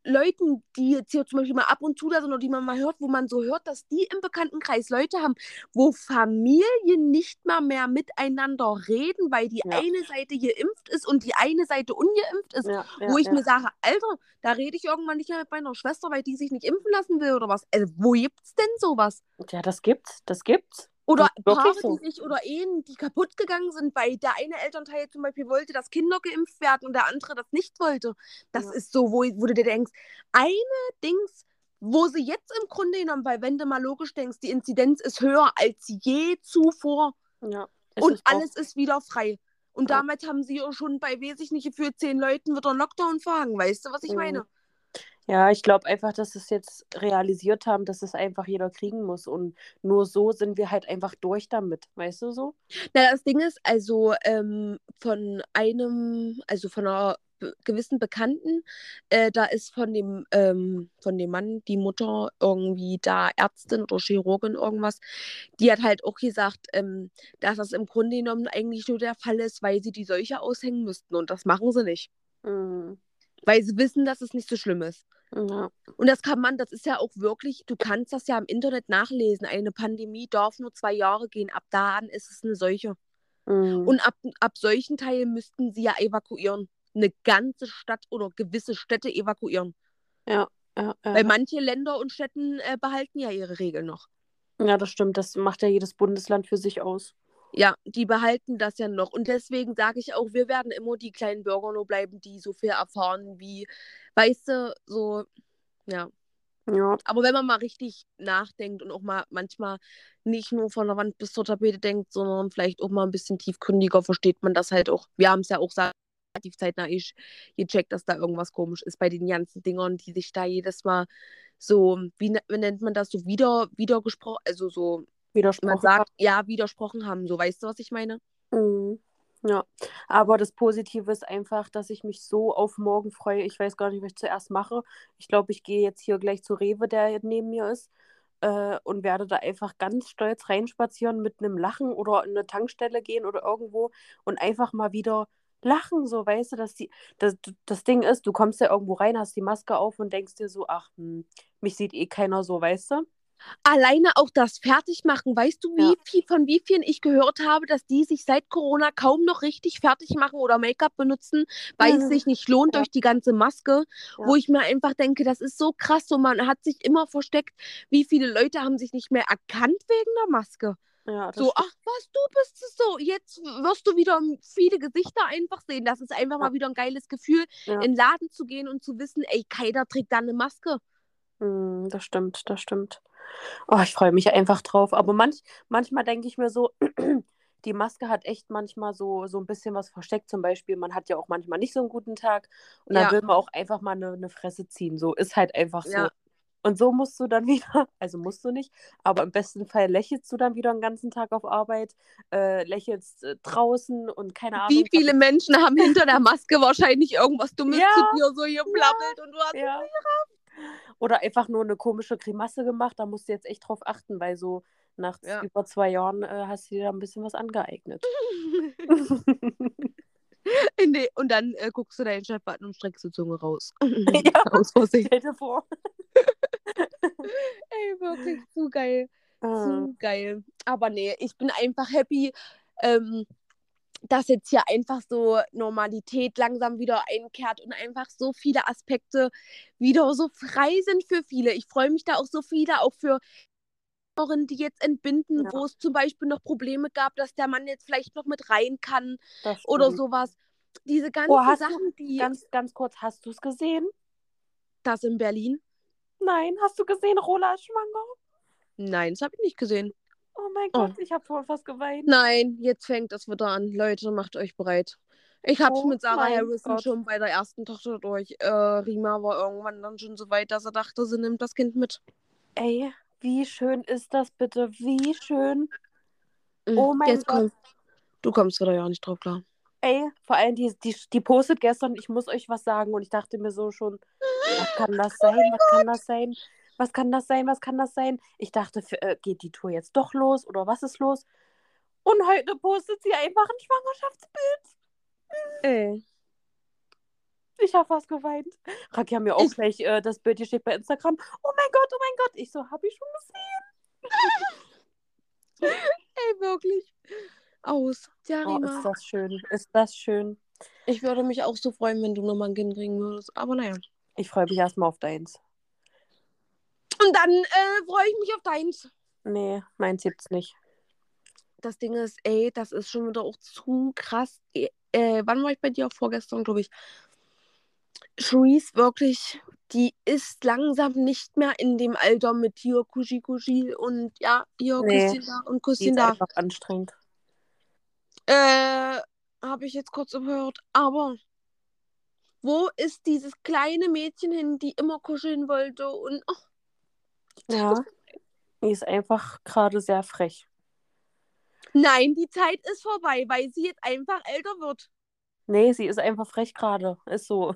[SPEAKER 2] Leuten, die jetzt hier zum Beispiel mal ab und zu da sind oder die man mal hört, wo man so hört, dass die im Bekanntenkreis Leute haben, wo Familien nicht mal mehr miteinander reden, weil die
[SPEAKER 1] Ja,
[SPEAKER 2] eine Seite geimpft ist und die eine Seite ungeimpft ist,
[SPEAKER 1] ja,
[SPEAKER 2] wo
[SPEAKER 1] ja,
[SPEAKER 2] ich
[SPEAKER 1] ja.
[SPEAKER 2] mir sage, Alter, da rede ich irgendwann nicht mehr mit meiner Schwester, weil die sich nicht impfen lassen will oder was. Also, wo gibt's denn sowas?
[SPEAKER 1] Ja, das gibt's, das gibt's. Das
[SPEAKER 2] Oder
[SPEAKER 1] ist wirklich
[SPEAKER 2] Paare, die
[SPEAKER 1] so.
[SPEAKER 2] sich oder Ehen, die kaputt gegangen sind, weil der eine Elternteil zum Beispiel wollte, dass Kinder geimpft werden und der andere das nicht wollte. Das
[SPEAKER 1] Ja.
[SPEAKER 2] ist so, wo, wo du dir denkst, eine Dings, wo sie jetzt im Grunde genommen, weil wenn du mal logisch denkst, die Inzidenz ist höher als je zuvor
[SPEAKER 1] Ja, ist
[SPEAKER 2] und
[SPEAKER 1] es auch.
[SPEAKER 2] alles ist wieder frei. Und
[SPEAKER 1] Ja.
[SPEAKER 2] damit haben sie ja schon bei, weiß ich nicht, für zehn Leuten wieder einen Lockdown verhangen. Weißt du, was ich
[SPEAKER 1] Mhm.
[SPEAKER 2] meine?
[SPEAKER 1] Ja, ich glaube einfach, dass es jetzt realisiert haben, dass es einfach jeder kriegen muss. Und nur so sind wir halt einfach durch damit. Weißt du so?
[SPEAKER 2] Na, das Ding ist, also ähm, von einem, also von einer be- gewissen Bekannten, äh, da ist von dem, ähm, von dem Mann die Mutter irgendwie da Ärztin oder Chirurgin irgendwas, die hat halt auch gesagt, ähm, dass das im Grunde genommen eigentlich nur der Fall ist, weil sie die Seuche aushängen müssten und das machen sie nicht,
[SPEAKER 1] Mhm.
[SPEAKER 2] weil sie wissen, dass es nicht so schlimm ist.
[SPEAKER 1] Ja.
[SPEAKER 2] Und das kann man, das ist ja auch wirklich, du kannst das ja im Internet nachlesen. Eine Pandemie darf nur zwei Jahre gehen. Ab da an ist es eine Seuche.
[SPEAKER 1] Mhm.
[SPEAKER 2] Und ab, ab solchen Teilen müssten sie ja evakuieren. Eine ganze Stadt oder gewisse Städte evakuieren.
[SPEAKER 1] Ja, ja,
[SPEAKER 2] Weil
[SPEAKER 1] ja.
[SPEAKER 2] manche Länder und Städten äh, behalten ja ihre Regeln noch.
[SPEAKER 1] Ja, das stimmt. Das macht ja jedes Bundesland für sich aus.
[SPEAKER 2] Ja, die behalten das ja noch. Und deswegen sage ich auch, wir werden immer die kleinen Bürger nur bleiben, die so viel erfahren wie, weißt du, so, ja.
[SPEAKER 1] Ja,
[SPEAKER 2] Aber wenn man mal richtig nachdenkt und auch mal manchmal nicht nur von der Wand bis zur Tapete denkt, sondern vielleicht auch mal ein bisschen tiefgründiger, versteht man das halt auch. Wir haben es ja auch relativ zeitnah ich gecheckt, dass da irgendwas komisch ist bei den ganzen Dingern, die sich da jedes Mal so, wie, ne- wie nennt man das, so wieder, widergesprochen, also so, man
[SPEAKER 1] widersprochen
[SPEAKER 2] sagt,
[SPEAKER 1] haben.
[SPEAKER 2] ja, widersprochen haben. So, weißt du, was ich meine?
[SPEAKER 1] Mhm. Ja, aber das Positive ist einfach, dass ich mich so auf morgen freue. Ich weiß gar nicht, was ich zuerst mache. Ich glaube, ich gehe jetzt hier gleich zu Rewe, der neben mir ist, äh, und werde da einfach ganz stolz reinspazieren mit einem Lachen oder in eine Tankstelle gehen oder irgendwo und einfach mal wieder lachen, so, weißt du, dass die, das, das Ding ist, du kommst ja irgendwo rein, hast die Maske auf und denkst dir so, ach, hm, mich sieht eh keiner so, weißt du?
[SPEAKER 2] Alleine auch das Fertigmachen, weißt du,
[SPEAKER 1] Ja.
[SPEAKER 2] wie viel, von wie vielen ich gehört habe, dass die sich seit Corona kaum noch richtig fertig machen oder Make-up benutzen, weil es sich nicht lohnt
[SPEAKER 1] Ja,
[SPEAKER 2] durch die ganze Maske,
[SPEAKER 1] ja,
[SPEAKER 2] wo ich mir einfach denke, das ist so krass, so man hat sich immer versteckt, wie viele Leute haben sich nicht mehr erkannt wegen der Maske.
[SPEAKER 1] ja, das
[SPEAKER 2] So,
[SPEAKER 1] stimmt.
[SPEAKER 2] ach was, du bist es so, jetzt wirst du wieder viele Gesichter einfach sehen. Das ist einfach
[SPEAKER 1] Ja,
[SPEAKER 2] mal wieder ein geiles Gefühl,
[SPEAKER 1] ja.
[SPEAKER 2] in den Laden zu gehen und zu wissen, ey, keiner trägt da eine Maske.
[SPEAKER 1] Hm, das stimmt, das stimmt. Oh, ich freue mich einfach drauf. Aber manch, manchmal denke ich mir so, die Maske hat echt manchmal so, so ein bisschen was versteckt. Zum Beispiel, man hat ja auch manchmal nicht so einen guten Tag und dann
[SPEAKER 2] Ja,
[SPEAKER 1] will man auch einfach mal eine, eine Fresse ziehen. So ist halt einfach so.
[SPEAKER 2] ja.
[SPEAKER 1] Und so musst du dann wieder, also musst du nicht, aber im besten Fall lächelst du dann wieder den ganzen Tag auf Arbeit, äh, lächelst äh, draußen und keine
[SPEAKER 2] Wie
[SPEAKER 1] Ahnung. Ich
[SPEAKER 2] viele
[SPEAKER 1] habe
[SPEAKER 2] Menschen haben hinter der Maske wahrscheinlich irgendwas Dummes zu
[SPEAKER 1] ja,
[SPEAKER 2] dir so
[SPEAKER 1] ja,
[SPEAKER 2] geplappelt und du hast es
[SPEAKER 1] ja. Oder einfach nur eine komische Grimasse gemacht. Da musst du jetzt echt drauf achten, weil so nach z-
[SPEAKER 2] ja.
[SPEAKER 1] über zwei Jahren äh, hast du dir da ein bisschen was angeeignet.
[SPEAKER 2] Nee, und dann äh, guckst du deinen Chef an und streckst die Zunge raus.
[SPEAKER 1] Ja,
[SPEAKER 2] Aus Versehen.
[SPEAKER 1] stell dir vor.
[SPEAKER 2] Ey, wirklich zu geil.
[SPEAKER 1] Ah,
[SPEAKER 2] Zu geil. Aber nee, ich bin einfach happy, ähm, dass jetzt hier einfach so Normalität langsam wieder einkehrt und einfach so viele Aspekte wieder so frei sind für viele. Ich freue mich da auch so viele, auch für die jetzt entbinden,
[SPEAKER 1] ja,
[SPEAKER 2] wo es zum Beispiel noch Probleme gab, dass der Mann jetzt vielleicht noch mit rein kann
[SPEAKER 1] das
[SPEAKER 2] oder
[SPEAKER 1] stimmt.
[SPEAKER 2] sowas. Diese
[SPEAKER 1] Oh,
[SPEAKER 2] ganzen
[SPEAKER 1] hast du,
[SPEAKER 2] Sachen, die
[SPEAKER 1] ganz, ganz kurz, hast du es gesehen?
[SPEAKER 2] das in Berlin.
[SPEAKER 1] Nein, hast du gesehen, Rola ist schwanger?
[SPEAKER 2] Nein, das habe ich nicht gesehen.
[SPEAKER 1] Oh mein
[SPEAKER 2] Oh.
[SPEAKER 1] Gott, ich habe voll fast geweint.
[SPEAKER 2] Nein, jetzt fängt das wieder an. Leute, macht euch bereit. Ich hab's
[SPEAKER 1] Oh
[SPEAKER 2] mit Sarah
[SPEAKER 1] mein
[SPEAKER 2] Harrison
[SPEAKER 1] Gott.
[SPEAKER 2] schon bei der ersten Tochter durch. Äh, Rima war irgendwann dann schon so weit, dass er dachte, sie nimmt das Kind mit.
[SPEAKER 1] Ey, wie schön ist das bitte? Wie schön.
[SPEAKER 2] Mhm.
[SPEAKER 1] Oh mein
[SPEAKER 2] Jetzt
[SPEAKER 1] Gott.
[SPEAKER 2] komm. Du kommst wieder ja nicht drauf klar.
[SPEAKER 1] Ey, vor allem die, die, die postet gestern, ich muss euch was sagen und ich dachte mir so schon, was kann das
[SPEAKER 2] Oh
[SPEAKER 1] sein?
[SPEAKER 2] mein
[SPEAKER 1] Was kann
[SPEAKER 2] Gott.
[SPEAKER 1] das sein? Was kann das sein? Was kann das sein? Ich dachte, für, äh, geht die Tour jetzt doch los oder was ist los? Und heute postet sie einfach ein Schwangerschaftsbild.
[SPEAKER 2] Ey.
[SPEAKER 1] Ich habe fast geweint. Raki haben mir auch
[SPEAKER 2] Ich,
[SPEAKER 1] gleich, äh, das Bild hier steht bei Instagram. Oh mein Gott, oh mein Gott. Ich so, hab ich schon gesehen.
[SPEAKER 2] ey, wirklich. Aus. Ja,
[SPEAKER 1] Oh, ist
[SPEAKER 2] Rima.
[SPEAKER 1] das schön. Ist das schön.
[SPEAKER 2] Ich würde mich auch so freuen, wenn du nochmal ein Kind kriegen würdest. Aber naja.
[SPEAKER 1] Ich freue mich erstmal auf deins.
[SPEAKER 2] Und dann äh, freue ich mich auf deins.
[SPEAKER 1] Nee, meins gibt's nicht.
[SPEAKER 2] Das Ding ist, ey, das ist schon wieder auch zu krass. Äh, äh, wann war ich bei dir? Auch vorgestern, glaube ich. Shreeze wirklich, die ist langsam nicht mehr in dem Alter mit hier Kuschi Kuschi und ja, hier
[SPEAKER 1] Nee,
[SPEAKER 2] Küsschen da und
[SPEAKER 1] die
[SPEAKER 2] Küsschen
[SPEAKER 1] ist
[SPEAKER 2] da.
[SPEAKER 1] einfach anstrengend.
[SPEAKER 2] Äh, habe ich jetzt kurz gehört. Aber wo ist dieses kleine Mädchen hin, die immer kuscheln wollte und ach,
[SPEAKER 1] Ja, die ist einfach gerade sehr frech.
[SPEAKER 2] nein, die Zeit ist vorbei, weil sie jetzt einfach älter wird.
[SPEAKER 1] Nee, sie ist einfach frech gerade. Ist so.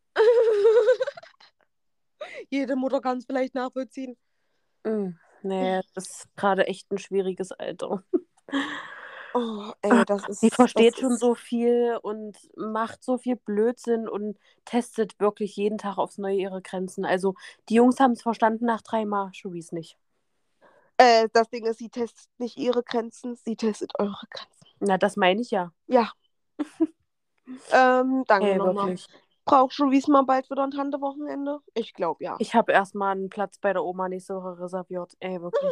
[SPEAKER 2] Jede Mutter kann es vielleicht nachvollziehen.
[SPEAKER 1] Mm, nee, das ist gerade echt ein schwieriges Alter.
[SPEAKER 2] Oh, ey, das
[SPEAKER 1] Die
[SPEAKER 2] ist, das
[SPEAKER 1] versteht schon
[SPEAKER 2] ist.
[SPEAKER 1] so viel und macht so viel Blödsinn und testet wirklich jeden Tag aufs Neue ihre Grenzen. Also, die Jungs haben es verstanden nach dreimal, Schuvis nicht.
[SPEAKER 2] Äh, das Ding ist, sie testet nicht ihre Grenzen, sie testet eure Grenzen.
[SPEAKER 1] Na, das meine ich ja.
[SPEAKER 2] Ja, ähm, danke
[SPEAKER 1] Hey,
[SPEAKER 2] nochmal.
[SPEAKER 1] wirklich.
[SPEAKER 2] Brauchst du Wiesma bald wieder ein Tante-Wochenende? Ich glaube, ja.
[SPEAKER 1] Ich habe erstmal einen Platz bei der Oma nächste Woche reserviert. Ey, wirklich.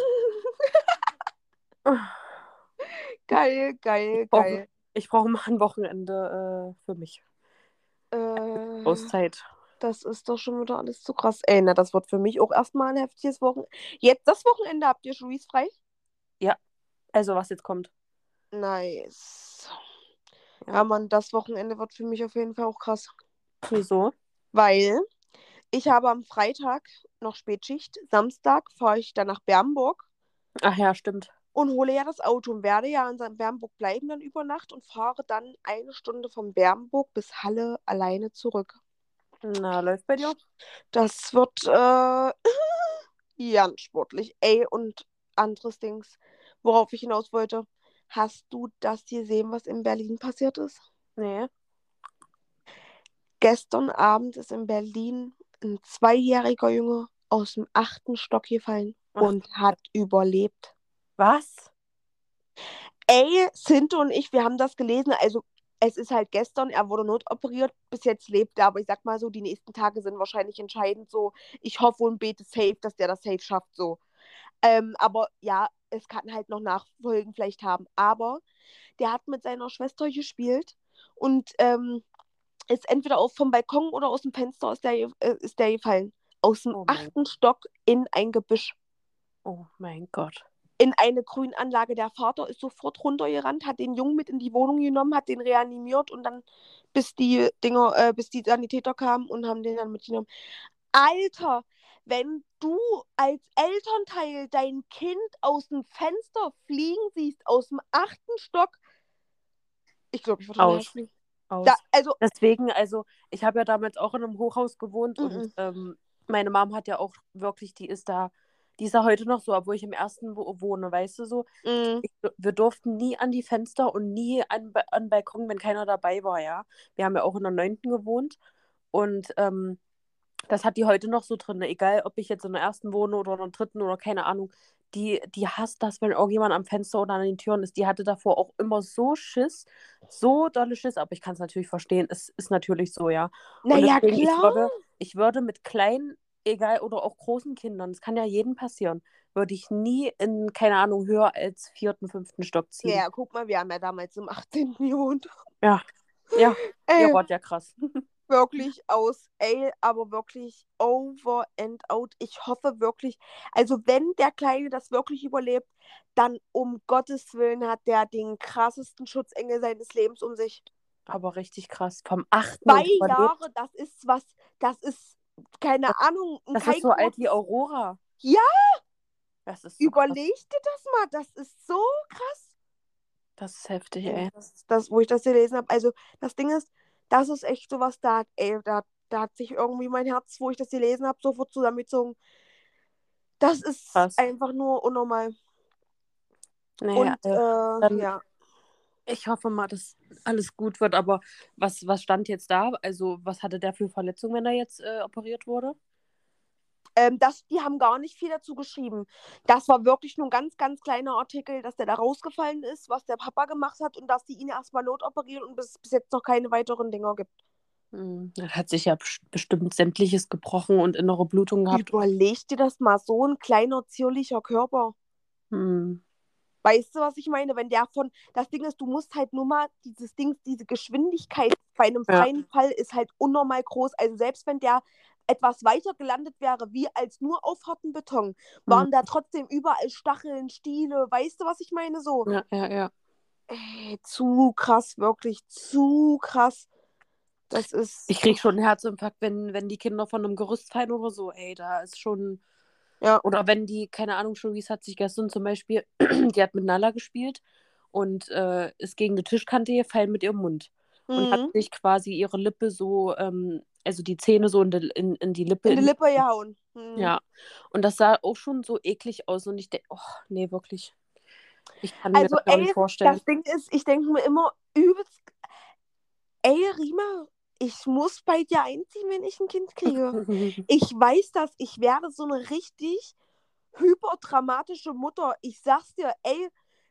[SPEAKER 2] Geil,
[SPEAKER 1] Ich
[SPEAKER 2] geil,
[SPEAKER 1] brauche
[SPEAKER 2] geil.
[SPEAKER 1] ich brauch mal ein Wochenende äh, für mich.
[SPEAKER 2] Äh,
[SPEAKER 1] Auszeit.
[SPEAKER 2] das ist doch schon wieder alles zu krass. Ey, na, das wird für mich auch erstmal ein heftiges Wochenende. Jetzt das Wochenende habt ihr Juice frei?
[SPEAKER 1] Ja, also was jetzt kommt.
[SPEAKER 2] Nice. Ja,
[SPEAKER 1] Ja.
[SPEAKER 2] Mann, das Wochenende wird für mich auf jeden Fall auch krass.
[SPEAKER 1] Wieso?
[SPEAKER 2] Weil ich habe am Freitag noch Spätschicht. Samstag fahre ich dann nach Bernburg
[SPEAKER 1] Ach ja, stimmt.
[SPEAKER 2] und hole ja das Auto und werde ja in Sankt Bernburg bleiben dann über Nacht und fahre dann eine Stunde von Bernburg bis Halle alleine zurück.
[SPEAKER 1] Na, läuft bei dir?
[SPEAKER 2] Das wird äh, ganz sportlich. Ey, und anderes Dings, worauf ich hinaus wollte. Hast du das gesehen, was in Berlin passiert ist?
[SPEAKER 1] Nee.
[SPEAKER 2] Gestern Abend ist in Berlin ein zweijähriger Junge aus dem achten Stock gefallen
[SPEAKER 1] Ach,
[SPEAKER 2] und hat überlebt.
[SPEAKER 1] was?
[SPEAKER 2] Ey, Sinte und ich, wir haben das gelesen. Also, es ist halt gestern, er wurde notoperiert. Bis jetzt lebt er, aber ich sag mal so, die nächsten Tage sind wahrscheinlich entscheidend. So, ich hoffe und bete safe, dass der das safe schafft. So. Ähm, aber ja, es kann halt noch Nachfolgen vielleicht haben. Aber der hat mit seiner Schwester gespielt und ähm, ist entweder auch vom Balkon oder aus dem Fenster ist der, äh, ist der gefallen. Aus dem
[SPEAKER 1] Oh mein,
[SPEAKER 2] achten Stock in ein Gebüsch.
[SPEAKER 1] oh mein Gott.
[SPEAKER 2] In eine Grünanlage. Der Vater ist sofort runtergerannt, hat den Jungen mit in die Wohnung genommen, hat den reanimiert und dann, bis die Dinger, äh, bis die Sanitäter kamen und haben den dann mitgenommen. Alter, wenn du als Elternteil dein Kind aus dem Fenster fliegen siehst, aus dem achten Stock, ich glaube, ich würde hinterher
[SPEAKER 1] Aus.
[SPEAKER 2] springen. Da,
[SPEAKER 1] Aus.
[SPEAKER 2] also,
[SPEAKER 1] Deswegen, also, ich habe ja damals auch in einem Hochhaus gewohnt
[SPEAKER 2] mm
[SPEAKER 1] und
[SPEAKER 2] -mm,
[SPEAKER 1] ähm, meine Mom hat ja auch wirklich, die ist da, die ist da heute noch so, obwohl ich im ersten wo wohne, weißt du so.
[SPEAKER 2] mm,
[SPEAKER 1] Ich, wir durften nie an die Fenster und nie an, Ba- an den Balkon, wenn keiner dabei war, ja. Wir haben ja auch in der neunten gewohnt und ähm, das hat die heute noch so drin, ne? Egal, ob ich jetzt in der ersten wohne oder in der dritten oder keine Ahnung. Die, die hasst das, wenn irgendjemand am Fenster oder an den Türen ist. Die hatte davor auch immer so Schiss, so dolle Schiss, aber ich kann es natürlich verstehen. Es ist natürlich so, ja. Und
[SPEAKER 2] naja,
[SPEAKER 1] deswegen, ich
[SPEAKER 2] klar.
[SPEAKER 1] würde, ich würde mit kleinen, egal, oder auch großen Kindern, das kann ja jedem passieren, würde ich nie in, keine Ahnung, höher als vierten, fünften Stock ziehen.
[SPEAKER 2] Ja, guck mal, wir haben ja damals im achtzehnten gewohnt.
[SPEAKER 1] Ja, ja, ihr
[SPEAKER 2] Ey,
[SPEAKER 1] wart ja krass.
[SPEAKER 2] wirklich aus, ey, aber wirklich over and out. Ich hoffe wirklich, also wenn der Kleine das wirklich überlebt, dann um Gottes Willen hat der den krassesten Schutzengel seines Lebens um sich.
[SPEAKER 1] Aber richtig krass. Vom achten
[SPEAKER 2] Zwei
[SPEAKER 1] und überlebt.
[SPEAKER 2] Jahre, das ist was, das ist, keine Ahnung, ein
[SPEAKER 1] Das ist
[SPEAKER 2] kein
[SPEAKER 1] so alt wie
[SPEAKER 2] kurzes.
[SPEAKER 1] Aurora.
[SPEAKER 2] Ja,
[SPEAKER 1] Das ist so krass.
[SPEAKER 2] überleg dir das mal, das ist so krass.
[SPEAKER 1] Das ist heftig,
[SPEAKER 2] Ey,
[SPEAKER 1] ey.
[SPEAKER 2] das, das, wo ich das gelesen habe. Also, das Ding ist, das ist echt sowas, da, ey, da, da hat sich irgendwie mein Herz, wo ich das gelesen habe, sofort zusammengezogen. Das ist
[SPEAKER 1] Krass.
[SPEAKER 2] einfach nur unnormal.
[SPEAKER 1] Nee,
[SPEAKER 2] Und
[SPEAKER 1] äh,
[SPEAKER 2] äh,
[SPEAKER 1] dann,
[SPEAKER 2] ja.
[SPEAKER 1] Ich hoffe mal, dass alles gut wird, aber was, was stand jetzt da? Also, was hatte der für Verletzungen, wenn er jetzt äh, operiert wurde?
[SPEAKER 2] Ähm, das, die haben gar nicht viel dazu geschrieben. Das war wirklich nur ein ganz, ganz kleiner Artikel, dass der da rausgefallen ist, was der Papa gemacht hat und dass die ihn erstmal notoperieren und bis, bis jetzt noch keine weiteren Dinger gibt.
[SPEAKER 1] Hm, er hat sich ja best- bestimmt sämtliches gebrochen und innere Blutung gehabt.
[SPEAKER 2] Überleg dir das mal, so ein kleiner, zierlicher Körper.
[SPEAKER 1] Hm.
[SPEAKER 2] Weißt du, was ich meine? Wenn der von, das Ding ist, du musst halt nur mal dieses Ding, diese Geschwindigkeit bei einem
[SPEAKER 1] Ja.
[SPEAKER 2] freien Fall ist halt unnormal groß. Also selbst wenn der etwas weiter gelandet wäre, wie als nur auf harten Beton,
[SPEAKER 1] Hm.
[SPEAKER 2] waren da trotzdem überall Stacheln, Stiele. Weißt du, was ich meine? So,
[SPEAKER 1] Ja, ja, ja.
[SPEAKER 2] ey, zu krass, wirklich zu krass. Das ist,
[SPEAKER 1] Ich krieg schon einen Herzinfarkt, wenn, wenn die Kinder von einem Gerüst fallen oder so. Ey, da ist schon.
[SPEAKER 2] ja.
[SPEAKER 1] Oder wenn die, keine Ahnung, Cherise hat sich gestern zum Beispiel, die hat mit Nala gespielt und äh, ist gegen die Tischkante gefallen mit ihrem Mund. Und hat
[SPEAKER 2] Mhm.
[SPEAKER 1] sich quasi ihre Lippe so, ähm, also die Zähne so in die, in, in die Lippe.
[SPEAKER 2] In die
[SPEAKER 1] In,
[SPEAKER 2] Lippe gehauen. Mhm.
[SPEAKER 1] ja. Und das sah auch schon so eklig aus. Und ich denke, oh, nee, wirklich. Ich kann mir
[SPEAKER 2] Also,
[SPEAKER 1] das gar nicht
[SPEAKER 2] ey,
[SPEAKER 1] vorstellen.
[SPEAKER 2] das Ding ist, ich denke mir immer übelst, ey, Rima, ich muss bei dir einziehen, wenn ich ein Kind kriege. Ich weiß das, ich wäre so eine richtig hyperdramatische Mutter. Ich sag's dir, ey,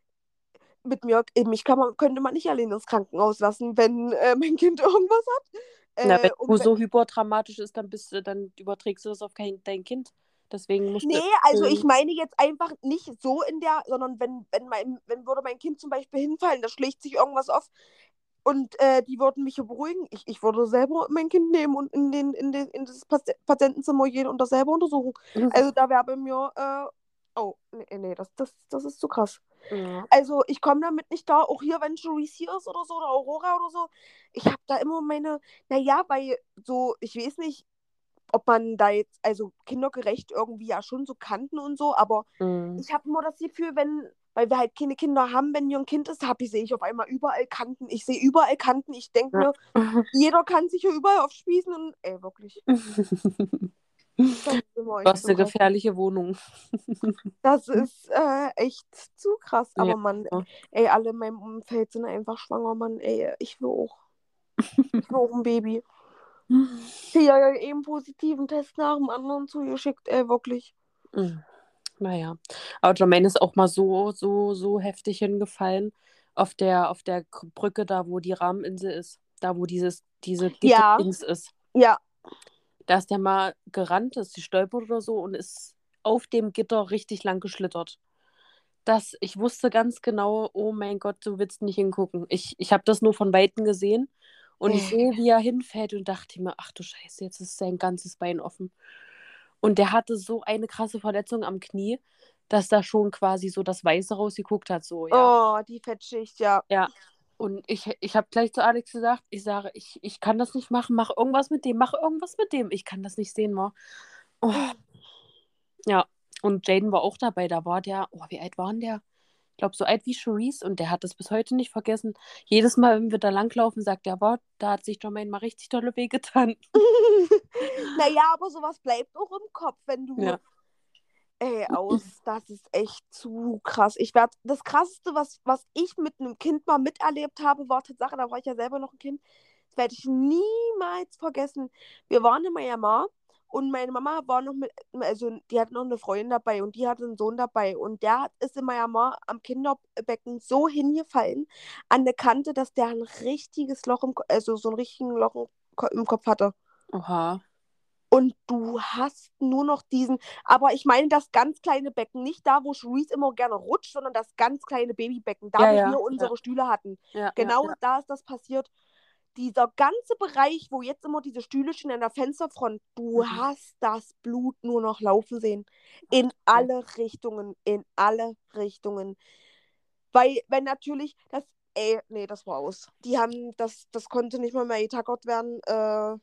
[SPEAKER 2] mit mir, mich kann man, könnte man nicht allein ins Krankenhaus lassen, wenn äh, mein Kind irgendwas hat.
[SPEAKER 1] Na, wenn
[SPEAKER 2] Äh,
[SPEAKER 1] du
[SPEAKER 2] und we-
[SPEAKER 1] so hyperdramatisch ist, dann bist du, dann überträgst du das auf kein, dein Kind. Deswegen musst du.
[SPEAKER 2] nee, also ich meine jetzt einfach nicht so in der, sondern wenn, wenn mein, wenn würde mein Kind zum Beispiel hinfallen, da schlägt sich irgendwas auf und äh, die würden mich hier beruhigen. Ich, ich würde selber mein Kind nehmen und in, den, in, den, in das Pat- Patientenzimmer gehen und das selber untersuchen. Also da wäre bei mir, äh, oh, nee, nee, das, das, das ist zu krass.
[SPEAKER 1] Ja.
[SPEAKER 2] Also ich komme damit nicht da, auch hier, wenn Cherise hier ist oder so, oder Aurora oder so. Ich habe da immer meine, naja, weil so, ich weiß nicht, ob man da jetzt, also kindergerecht irgendwie ja schon so kannten und so, aber
[SPEAKER 1] Mhm.
[SPEAKER 2] ich habe immer das Gefühl, wenn, weil wir halt keine Kinder haben, wenn hier ein Kind ist, habe ich, sehe ich auf einmal überall Kanten. Ich sehe überall Kanten. Ich denke
[SPEAKER 1] Ja.
[SPEAKER 2] mir, jeder kann sich hier überall aufspießen und ey, wirklich. Das ist immer
[SPEAKER 1] Du
[SPEAKER 2] echt
[SPEAKER 1] hast
[SPEAKER 2] so
[SPEAKER 1] eine
[SPEAKER 2] krass.
[SPEAKER 1] gefährliche Wohnung.
[SPEAKER 2] Das ist äh, echt zu krass.
[SPEAKER 1] Ja.
[SPEAKER 2] Aber Mann, ey, alle in meinem Umfeld sind einfach schwanger, Mann. Ey, ich will auch. Ich will auch ein Baby. Die ja eben positiven Test nach dem anderen zugeschickt, ey, wirklich.
[SPEAKER 1] Mhm. Naja. Aber Jermaine ist auch mal so, so, so heftig hingefallen auf der, auf der K- Brücke da, wo die Rahmeninsel ist. Da, wo dieses, diese
[SPEAKER 2] Ja,
[SPEAKER 1] Gitterdings ist.
[SPEAKER 2] ja.
[SPEAKER 1] Da ist der mal gerannt, ist gestolpert oder so und ist auf dem Gitter richtig lang geschlittert. Das, ich wusste ganz genau, oh mein Gott, du willst nicht hingucken. Ich, ich habe das nur von Weitem gesehen und ich
[SPEAKER 2] Äh,
[SPEAKER 1] sehe, wie er hinfällt und dachte mir, ach du Scheiße, jetzt ist sein ganzes Bein offen. Und der hatte so eine krasse Verletzung am Knie, dass da schon quasi so das Weiße rausgeguckt hat, so, ja.
[SPEAKER 2] Oh, die Fettschicht, ja.
[SPEAKER 1] Ja. Und ich, ich habe gleich zu Alex gesagt, ich sage, ich, ich kann das nicht machen, mach irgendwas mit dem, mach irgendwas mit dem. Ich kann das nicht sehen, war. Oh, ja. Und Jaden war auch dabei, da war der, oh, wie alt war denn der? Ich glaube, so alt wie Charisse und der hat das bis heute nicht vergessen. Jedes Mal, wenn wir da langlaufen, sagt er, war, da hat sich Jermaine mal richtig tolle Weh getan.
[SPEAKER 2] Naja, aber sowas bleibt auch im Kopf, wenn du,
[SPEAKER 1] Ja.
[SPEAKER 2] ey, aus, das ist echt zu krass. Ich werde, das Krasseste, was, was ich mit einem Kind mal miterlebt habe, war Tatsache, da war ich ja selber noch ein Kind, das werde ich niemals vergessen. Wir waren in Myanmar und meine Mama war noch mit, also die hat noch eine Freundin dabei und die hatte einen Sohn dabei und der hat- ist in Myanmar am Kinderbecken so hingefallen an der Kante, dass der ein richtiges Loch im, Ko- also so ein richtiges Loch im Ko- im Kopf hatte.
[SPEAKER 1] Oha.
[SPEAKER 2] Und du hast nur noch diesen, aber ich meine das ganz kleine Becken, nicht da, wo Sharice immer gerne rutscht, sondern das ganz kleine Babybecken, da,
[SPEAKER 1] Ja,
[SPEAKER 2] wo
[SPEAKER 1] ja,
[SPEAKER 2] wir
[SPEAKER 1] ja,
[SPEAKER 2] unsere Stühle hatten.
[SPEAKER 1] ja, ja,
[SPEAKER 2] Genau
[SPEAKER 1] ja.
[SPEAKER 2] da ist das passiert. Dieser ganze Bereich, wo jetzt immer diese Stühle stehen an der Fensterfront, du
[SPEAKER 1] Mhm.
[SPEAKER 2] hast das Blut nur noch laufen sehen. In
[SPEAKER 1] Okay.
[SPEAKER 2] alle Richtungen, in alle Richtungen. Weil, wenn natürlich das, ey, nee, das war aus. Die haben, das, das konnte nicht mal mehr getackert werden. Äh,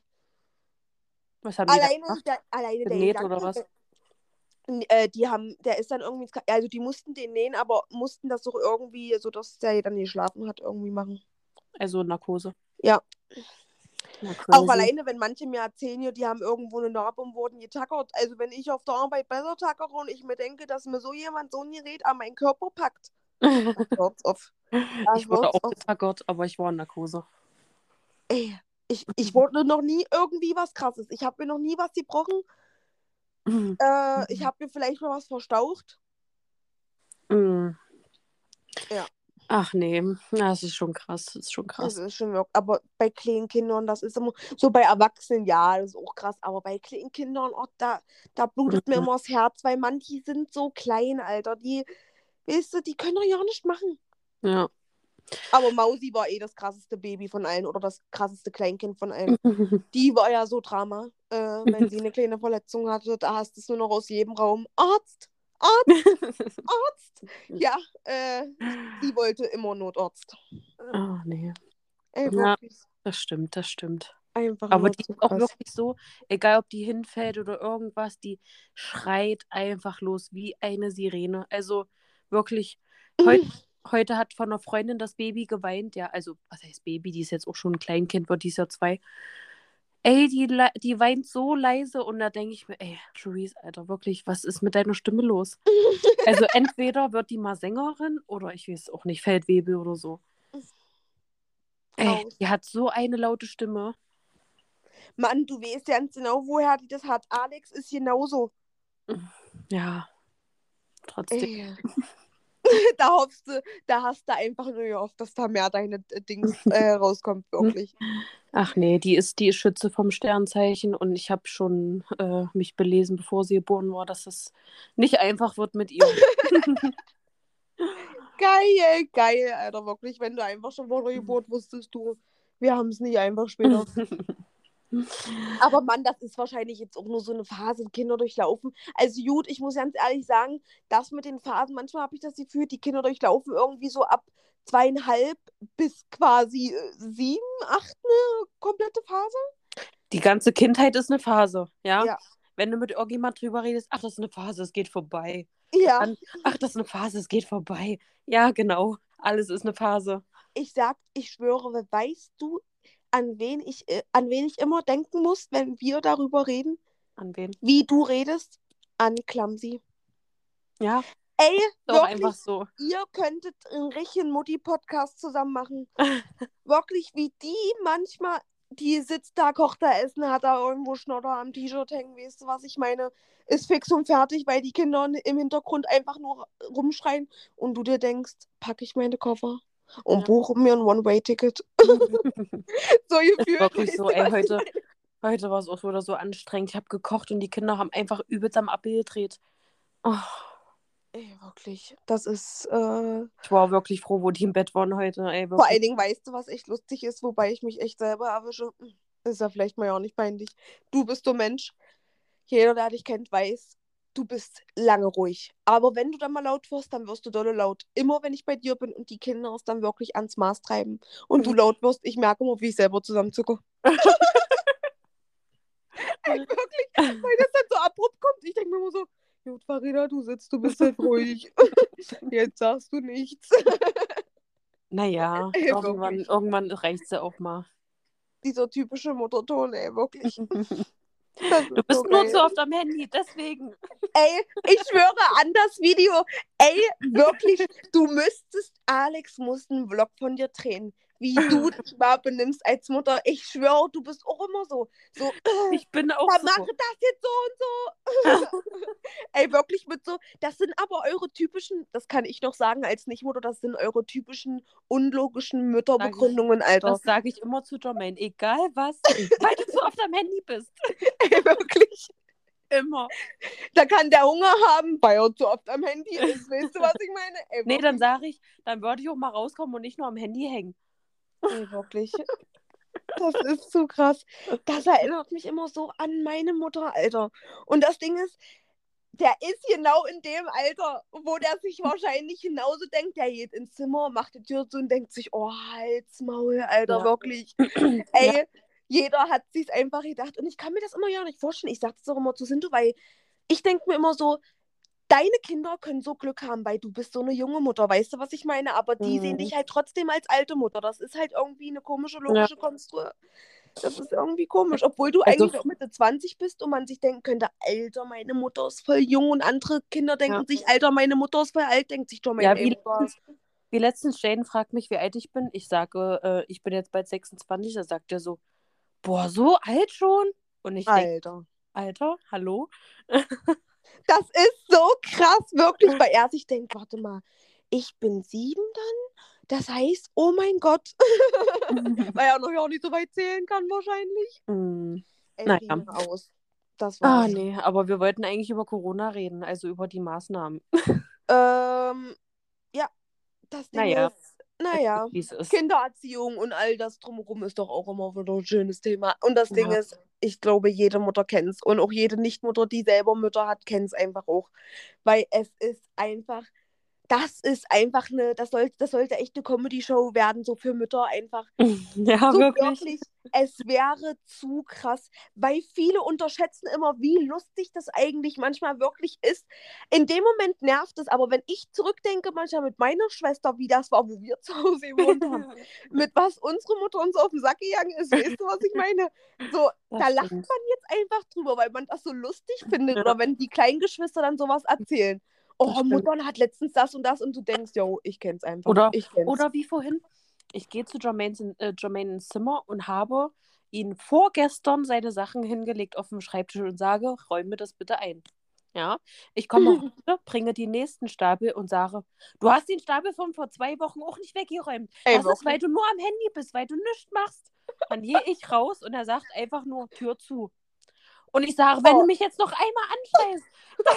[SPEAKER 1] Was haben die da
[SPEAKER 2] alleine
[SPEAKER 1] gemacht?
[SPEAKER 2] der, alleine der
[SPEAKER 1] Genäht oder
[SPEAKER 2] Gedanke,
[SPEAKER 1] was?
[SPEAKER 2] äh, die haben, der ist dann irgendwie, also die mussten den nähen, aber mussten das doch irgendwie, so dass der dann geschlafen hat, irgendwie machen.
[SPEAKER 1] Also Narkose.
[SPEAKER 2] Ja.
[SPEAKER 1] Na,
[SPEAKER 2] Auch
[SPEAKER 1] crazy.
[SPEAKER 2] alleine, wenn manche mir erzählen, hier, die haben irgendwo eine Narbe und wurden getackert. Also wenn ich auf der Arbeit besser tackere und ich mir denke, dass mir so jemand so ein Gerät an meinen Körper packt, hört's auf. Da
[SPEAKER 1] Ich wurde
[SPEAKER 2] hört's
[SPEAKER 1] auch
[SPEAKER 2] auf.
[SPEAKER 1] getackert, aber ich war in Narkose.
[SPEAKER 2] Ey, ich, ich wurde noch nie irgendwie was Krasses. Ich habe mir noch nie was gebrochen. Äh, ich habe mir vielleicht mal was verstaucht.
[SPEAKER 1] Mm.
[SPEAKER 2] Ja.
[SPEAKER 1] Ach nee, ja, das ist schon krass, das ist schon
[SPEAKER 2] Es
[SPEAKER 1] krass.
[SPEAKER 2] ist schon wirklich, aber bei kleinen Kindern, das ist immer, so bei Erwachsenen, ja, das ist auch krass, aber bei kleinen Kindern, oh, da, da blutet mir
[SPEAKER 1] Mhm.
[SPEAKER 2] immer das Herz, weil manche sind so klein, Alter, die, weißt du, die können doch ja nicht machen.
[SPEAKER 1] Ja.
[SPEAKER 2] Aber Mausi war eh das krasseste Baby von allen oder das krasseste Kleinkind von allen. Die war ja so Drama, äh, wenn sie eine kleine Verletzung hatte, da hast du es nur noch aus jedem Raum, Arzt, Arzt, Arzt. Ja, äh, sie wollte immer Notarzt.
[SPEAKER 1] Oh nee.
[SPEAKER 2] Ey,
[SPEAKER 1] Ja,
[SPEAKER 2] wirklich.
[SPEAKER 1] das stimmt, das stimmt.
[SPEAKER 2] Einfach
[SPEAKER 1] Aber
[SPEAKER 2] nur
[SPEAKER 1] die
[SPEAKER 2] zu
[SPEAKER 1] ist auch
[SPEAKER 2] krass.
[SPEAKER 1] wirklich so, egal ob die hinfällt oder irgendwas, die schreit einfach los wie eine Sirene. Also wirklich, heute, heute hat von einer Freundin das Baby geweint, ja, also was heißt Baby, die ist jetzt auch schon ein Kleinkind, wird dies Jahr zwei. Ey, die, le- die weint so leise und da denke ich mir, ey, Louise, Alter, wirklich, was ist mit deiner Stimme los? Also entweder wird die mal Sängerin oder ich weiß auch nicht, Feldwebel oder so. Ey,
[SPEAKER 2] Traurig.
[SPEAKER 1] die hat so eine laute Stimme.
[SPEAKER 2] Mann, du weißt ja ganz genau, woher die das hat. Alex ist genauso.
[SPEAKER 1] Ja, trotzdem.
[SPEAKER 2] Ey. Da hoffst du, da hast du einfach nur gehofft, dass da mehr deine äh, Dings äh, rauskommt, wirklich.
[SPEAKER 1] Ach nee, die ist, die ist Schütze vom Sternzeichen und ich habe schon äh, mich belesen, bevor sie geboren war, dass es nicht einfach wird mit ihr.
[SPEAKER 2] Geil, geil, Alter, wirklich. Wenn du einfach schon vor der Geburt wusstest, du, wir haben es nicht einfach später. Aber Mann, das ist wahrscheinlich jetzt auch nur so eine Phase, die Kinder durchlaufen. Also gut, ich muss ganz ehrlich sagen, das mit den Phasen, manchmal habe ich das Gefühl, die Kinder durchlaufen irgendwie so ab zweieinhalb bis quasi äh, sieben, acht eine komplette Phase.
[SPEAKER 1] Die ganze Kindheit ist eine Phase, ja?
[SPEAKER 2] Ja.
[SPEAKER 1] Wenn du mit irgendjemand drüber redest, ach, das ist eine Phase, es geht vorbei.
[SPEAKER 2] Ja.
[SPEAKER 1] Dann, ach, das ist eine Phase, es geht vorbei. Ja, genau. Alles ist eine Phase.
[SPEAKER 2] Ich sag, ich schwöre, weißt du, an wen ich, äh, an wen ich immer denken muss, wenn wir darüber reden,
[SPEAKER 1] An wen?
[SPEAKER 2] wie du redest? An Clumsy.
[SPEAKER 1] Ja,
[SPEAKER 2] Ey,
[SPEAKER 1] ist auch
[SPEAKER 2] wirklich,
[SPEAKER 1] einfach so.
[SPEAKER 2] ihr könntet einen richtigen Mutti-Podcast zusammen machen. Wirklich, wie die manchmal, die sitzt da, kocht da Essen, hat da irgendwo Schnodder am T-Shirt hängen, weißt du, was ich meine? Ist fix und fertig, weil die Kinder im Hintergrund einfach nur rumschreien und du dir denkst, packe ich meine Koffer und
[SPEAKER 1] Ja.
[SPEAKER 2] buche mir ein One-Way-Ticket. So gefühlt,
[SPEAKER 1] Wirklich
[SPEAKER 2] weißt
[SPEAKER 1] so,
[SPEAKER 2] du,
[SPEAKER 1] ey,
[SPEAKER 2] was ich
[SPEAKER 1] heute,
[SPEAKER 2] meine?
[SPEAKER 1] heute war es auch wieder so anstrengend. Ich habe gekocht und die Kinder haben einfach übelst am Appel gedreht. Oh,
[SPEAKER 2] Ey, wirklich, das ist, äh,
[SPEAKER 1] ich war wirklich froh, wo die im Bett waren heute, ey,
[SPEAKER 2] vor
[SPEAKER 1] wirklich.
[SPEAKER 2] allen Dingen, weißt du, was echt lustig ist, wobei ich mich echt selber erwische? Ist ja vielleicht mal ja auch nicht peinlich. Du bist so Mensch, jeder, der dich kennt, weiß, du bist lange ruhig. Aber wenn du dann mal laut wirst, dann wirst du dolle laut. Immer wenn ich bei dir bin und die Kinder es dann wirklich ans Maß treiben und du laut wirst, ich merke immer, wie ich selber zusammenzucke. Ey, wirklich, weil das dann so abrupt kommt. Ich denke mir immer so, gut, Farida, du sitzt, du bist halt ruhig. Jetzt sagst du nichts.
[SPEAKER 1] Naja,
[SPEAKER 2] Ey,
[SPEAKER 1] irgendwann,
[SPEAKER 2] wirklich.
[SPEAKER 1] irgendwann reicht es ja auch mal.
[SPEAKER 2] Dieser typische Mutterton, ey, wirklich. Das
[SPEAKER 1] Du
[SPEAKER 2] ist so
[SPEAKER 1] bist nur zu
[SPEAKER 2] geil.
[SPEAKER 1] oft am Handy, deswegen.
[SPEAKER 2] Ey, ich schwöre an das Video. Ey, wirklich, du müsstest, Alex muss einen Vlog von dir drehen, wie du dich mal benimmst als Mutter. Ich schwöre, du bist auch immer so. So, äh,
[SPEAKER 1] Ich bin auch
[SPEAKER 2] da
[SPEAKER 1] so.
[SPEAKER 2] mache das jetzt so und so. Ey, wirklich mit so, das sind aber eure typischen, das kann ich noch sagen als Nichtmutter, das sind eure typischen unlogischen Mütterbegründungen, Alter.
[SPEAKER 1] Das sage ich immer zu Jermaine, egal was, weil du zu oft am Handy bist.
[SPEAKER 2] Ey, wirklich.
[SPEAKER 1] Immer.
[SPEAKER 2] Da kann der Hunger haben, weil er zu oft am Handy ist. Weißt du, was ich meine? Ey,
[SPEAKER 1] Nee,
[SPEAKER 2] wirklich.
[SPEAKER 1] dann sage ich, dann würde ich auch mal rauskommen und nicht nur am Handy hängen.
[SPEAKER 2] Ey, wirklich. Das ist so krass. Das erinnert mich immer so an meine Mutter, Alter. Und das Ding ist, der ist genau in dem Alter, wo der sich wahrscheinlich genauso denkt. Der geht ins Zimmer, macht die Tür zu und denkt sich, oh, halt's Maul, Alter,
[SPEAKER 1] Ja.
[SPEAKER 2] wirklich. Ey, jeder hat sich's einfach gedacht. Und ich kann mir das immer ja nicht vorstellen. Ich sag das auch immer zu Sinto, weil ich denke mir immer so, deine Kinder können so Glück haben, weil du bist so eine junge Mutter, weißt du, was ich meine? Aber die
[SPEAKER 1] Mhm.
[SPEAKER 2] sehen dich halt trotzdem als alte Mutter. Das ist halt irgendwie eine komische, logische Konstruktion. Das ist irgendwie komisch, obwohl du
[SPEAKER 1] Also-
[SPEAKER 2] eigentlich auch Mitte zwanzig bist und man sich denken könnte, Alter, meine Mutter ist voll jung und andere Kinder denken
[SPEAKER 1] Ja.
[SPEAKER 2] sich, Alter, meine Mutter ist voll alt, denkt sich doch meine
[SPEAKER 1] Ja, wie
[SPEAKER 2] Mutter.
[SPEAKER 1] Wie letztens Jane fragt mich, wie alt ich bin. Ich sage, äh, ich bin jetzt bald sechsundzwanzig. Da sagt er so, boah, so alt schon? Und ich denke,
[SPEAKER 2] Alter.
[SPEAKER 1] Alter, hallo?
[SPEAKER 2] Das ist so krass, wirklich, weil er sich denkt, warte mal, ich bin sieben dann? Das heißt, oh mein Gott. Weil er noch ja auch nicht so weit zählen kann wahrscheinlich.
[SPEAKER 1] Mm,
[SPEAKER 2] Elf
[SPEAKER 1] naja.
[SPEAKER 2] Jahre aus. Das
[SPEAKER 1] Ah,
[SPEAKER 2] war's.
[SPEAKER 1] nee, aber wir wollten eigentlich über Corona reden, also über die Maßnahmen.
[SPEAKER 2] Ähm, ja, das Ding
[SPEAKER 1] Naja,
[SPEAKER 2] ist, naja,
[SPEAKER 1] wie es ist.
[SPEAKER 2] Kindererziehung und all das drumherum ist doch auch immer wieder ein schönes Thema. Und das Ding
[SPEAKER 1] Ja.
[SPEAKER 2] ist, ich glaube, jede Mutter kennt es. Und auch jede Nichtmutter, die selber Mütter hat, kennt es einfach auch. Weil es ist einfach, das ist einfach eine, das sollte, das sollte echt eine Comedy-Show werden, so für Mütter einfach.
[SPEAKER 1] Ja,
[SPEAKER 2] So
[SPEAKER 1] wirklich.
[SPEAKER 2] wirklich, es wäre zu krass, weil viele unterschätzen immer, wie lustig das eigentlich manchmal wirklich ist. In dem Moment nervt es, aber wenn ich zurückdenke, manchmal mit meiner Schwester, wie das war, wo wir zu Hause gewohnt haben, mit was unsere Mutter uns auf den Sack gegangen ist, weißt du, was ich meine? So,
[SPEAKER 1] Das
[SPEAKER 2] da lacht
[SPEAKER 1] stimmt.
[SPEAKER 2] man jetzt einfach drüber, weil man das so lustig findet.
[SPEAKER 1] Ja.
[SPEAKER 2] Oder wenn die kleinen Geschwister dann sowas erzählen.
[SPEAKER 1] Das
[SPEAKER 2] Oh,
[SPEAKER 1] stimmt.
[SPEAKER 2] Mutter hat letztens das und das und du denkst, yo, ich kenn's einfach.
[SPEAKER 1] Oder,
[SPEAKER 2] ich kenn's.
[SPEAKER 1] oder wie vorhin, ich gehe zu Jermaine, in, äh, Jermaine ins Zimmer und habe ihn vorgestern seine Sachen hingelegt auf dem Schreibtisch und sage, räume das bitte ein. Ja, ich komme heute, bringe die nächsten Stapel und sage, du hast den Stapel von vor zwei Wochen auch nicht weggeräumt.
[SPEAKER 2] Ey,
[SPEAKER 1] Das ist, weil du nur am Handy bist, weil du nichts machst. Dann gehe ich raus und er sagt einfach nur, Tür zu. Und ich sage, wenn
[SPEAKER 2] Oh.
[SPEAKER 1] du mich jetzt noch einmal anschreist, dann...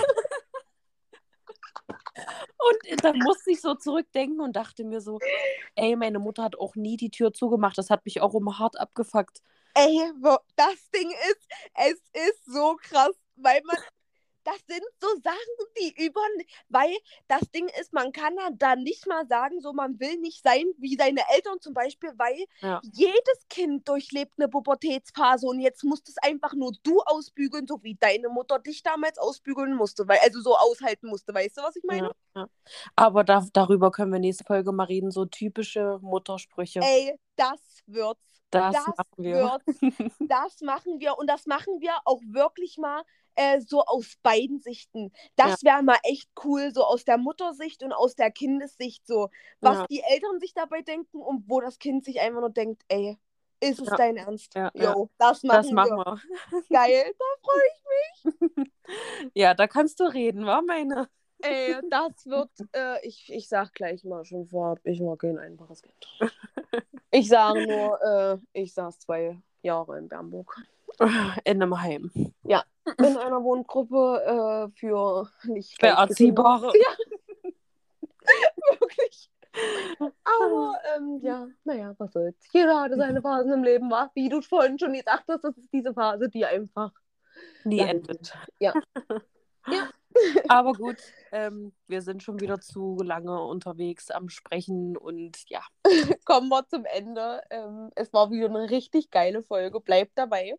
[SPEAKER 1] Und dann musste ich so zurückdenken und dachte mir so, ey, meine Mutter hat auch nie die Tür zugemacht. Das hat mich auch immer hart abgefuckt.
[SPEAKER 2] Ey, das Ding ist, es ist so krass, weil man, das sind so Sachen, die über, weil das Ding ist, man kann da nicht mal sagen, so man will nicht sein wie seine Eltern zum Beispiel, weil
[SPEAKER 1] Ja.
[SPEAKER 2] jedes Kind durchlebt eine Pubertätsphase und jetzt musst es einfach nur du ausbügeln, so wie deine Mutter dich damals ausbügeln musste, weil, also so aushalten musste, weißt du, was ich meine?
[SPEAKER 1] Ja, ja. Aber da, darüber können wir nächste Folge mal reden, so typische Muttersprüche.
[SPEAKER 2] Ey, das wird's.
[SPEAKER 1] Das,
[SPEAKER 2] Das
[SPEAKER 1] machen wir.
[SPEAKER 2] wird's. Das machen wir und das machen wir auch wirklich mal äh, so aus beiden Sichten. Das wäre mal echt cool, so aus der Muttersicht und aus der Kindessicht, so was
[SPEAKER 1] Ja.
[SPEAKER 2] die Eltern sich dabei denken und wo das Kind sich einfach nur denkt, ey, ist es
[SPEAKER 1] Ja.
[SPEAKER 2] dein Ernst?
[SPEAKER 1] Ja, ja.
[SPEAKER 2] Jo, das machen
[SPEAKER 1] Das machen
[SPEAKER 2] wir.
[SPEAKER 1] wir.
[SPEAKER 2] Geil, da freue ich mich.
[SPEAKER 1] Ja, da kannst du reden, war meine.
[SPEAKER 2] Ey, das wird, äh, ich, ich sag gleich mal schon vorab, ich mag kein einfaches Kind. Ich sage nur, äh, ich saß zwei Jahre in Bernburg.
[SPEAKER 1] In einem Heim.
[SPEAKER 2] Ja, in einer Wohngruppe äh, für nicht
[SPEAKER 1] Für Erziehbare.
[SPEAKER 2] Ja, wirklich. Aber, ähm, ja, naja, was soll's. Jeder hatte seine Phasen im Leben, war, wie du vorhin schon gesagt hast, das ist diese Phase, die einfach
[SPEAKER 1] nie
[SPEAKER 2] dahin
[SPEAKER 1] endet.
[SPEAKER 2] geht. Ja. Ja.
[SPEAKER 1] Aber gut, ähm, wir sind schon wieder zu lange unterwegs am Sprechen und ja.
[SPEAKER 2] Kommen wir zum Ende. Ähm, es war wieder eine richtig geile Folge. Bleibt dabei.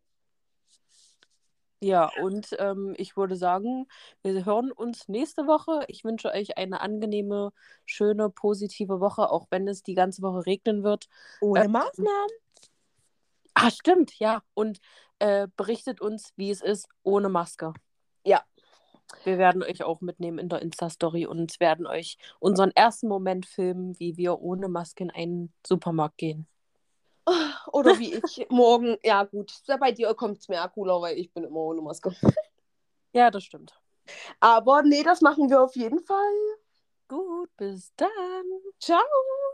[SPEAKER 1] Ja, und ähm, ich würde sagen, wir hören uns nächste Woche. Ich wünsche euch eine angenehme, schöne, positive Woche, auch wenn es die ganze Woche regnen wird.
[SPEAKER 2] Ohne
[SPEAKER 1] Ähm,
[SPEAKER 2] Maßnahmen.
[SPEAKER 1] Ah, stimmt, ja. Und äh, berichtet uns, wie es ist, ohne Maske.
[SPEAKER 2] Ja.
[SPEAKER 1] Wir werden euch auch mitnehmen in der Insta-Story und werden euch unseren ersten Moment filmen, wie wir ohne Maske in einen Supermarkt gehen.
[SPEAKER 2] Oder wie ich morgen, ja gut, bei dir kommt es mir ja cooler, weil ich bin immer ohne Maske.
[SPEAKER 1] Ja, das stimmt.
[SPEAKER 2] Aber nee, das machen wir auf jeden Fall.
[SPEAKER 1] Gut, bis dann.
[SPEAKER 2] Ciao.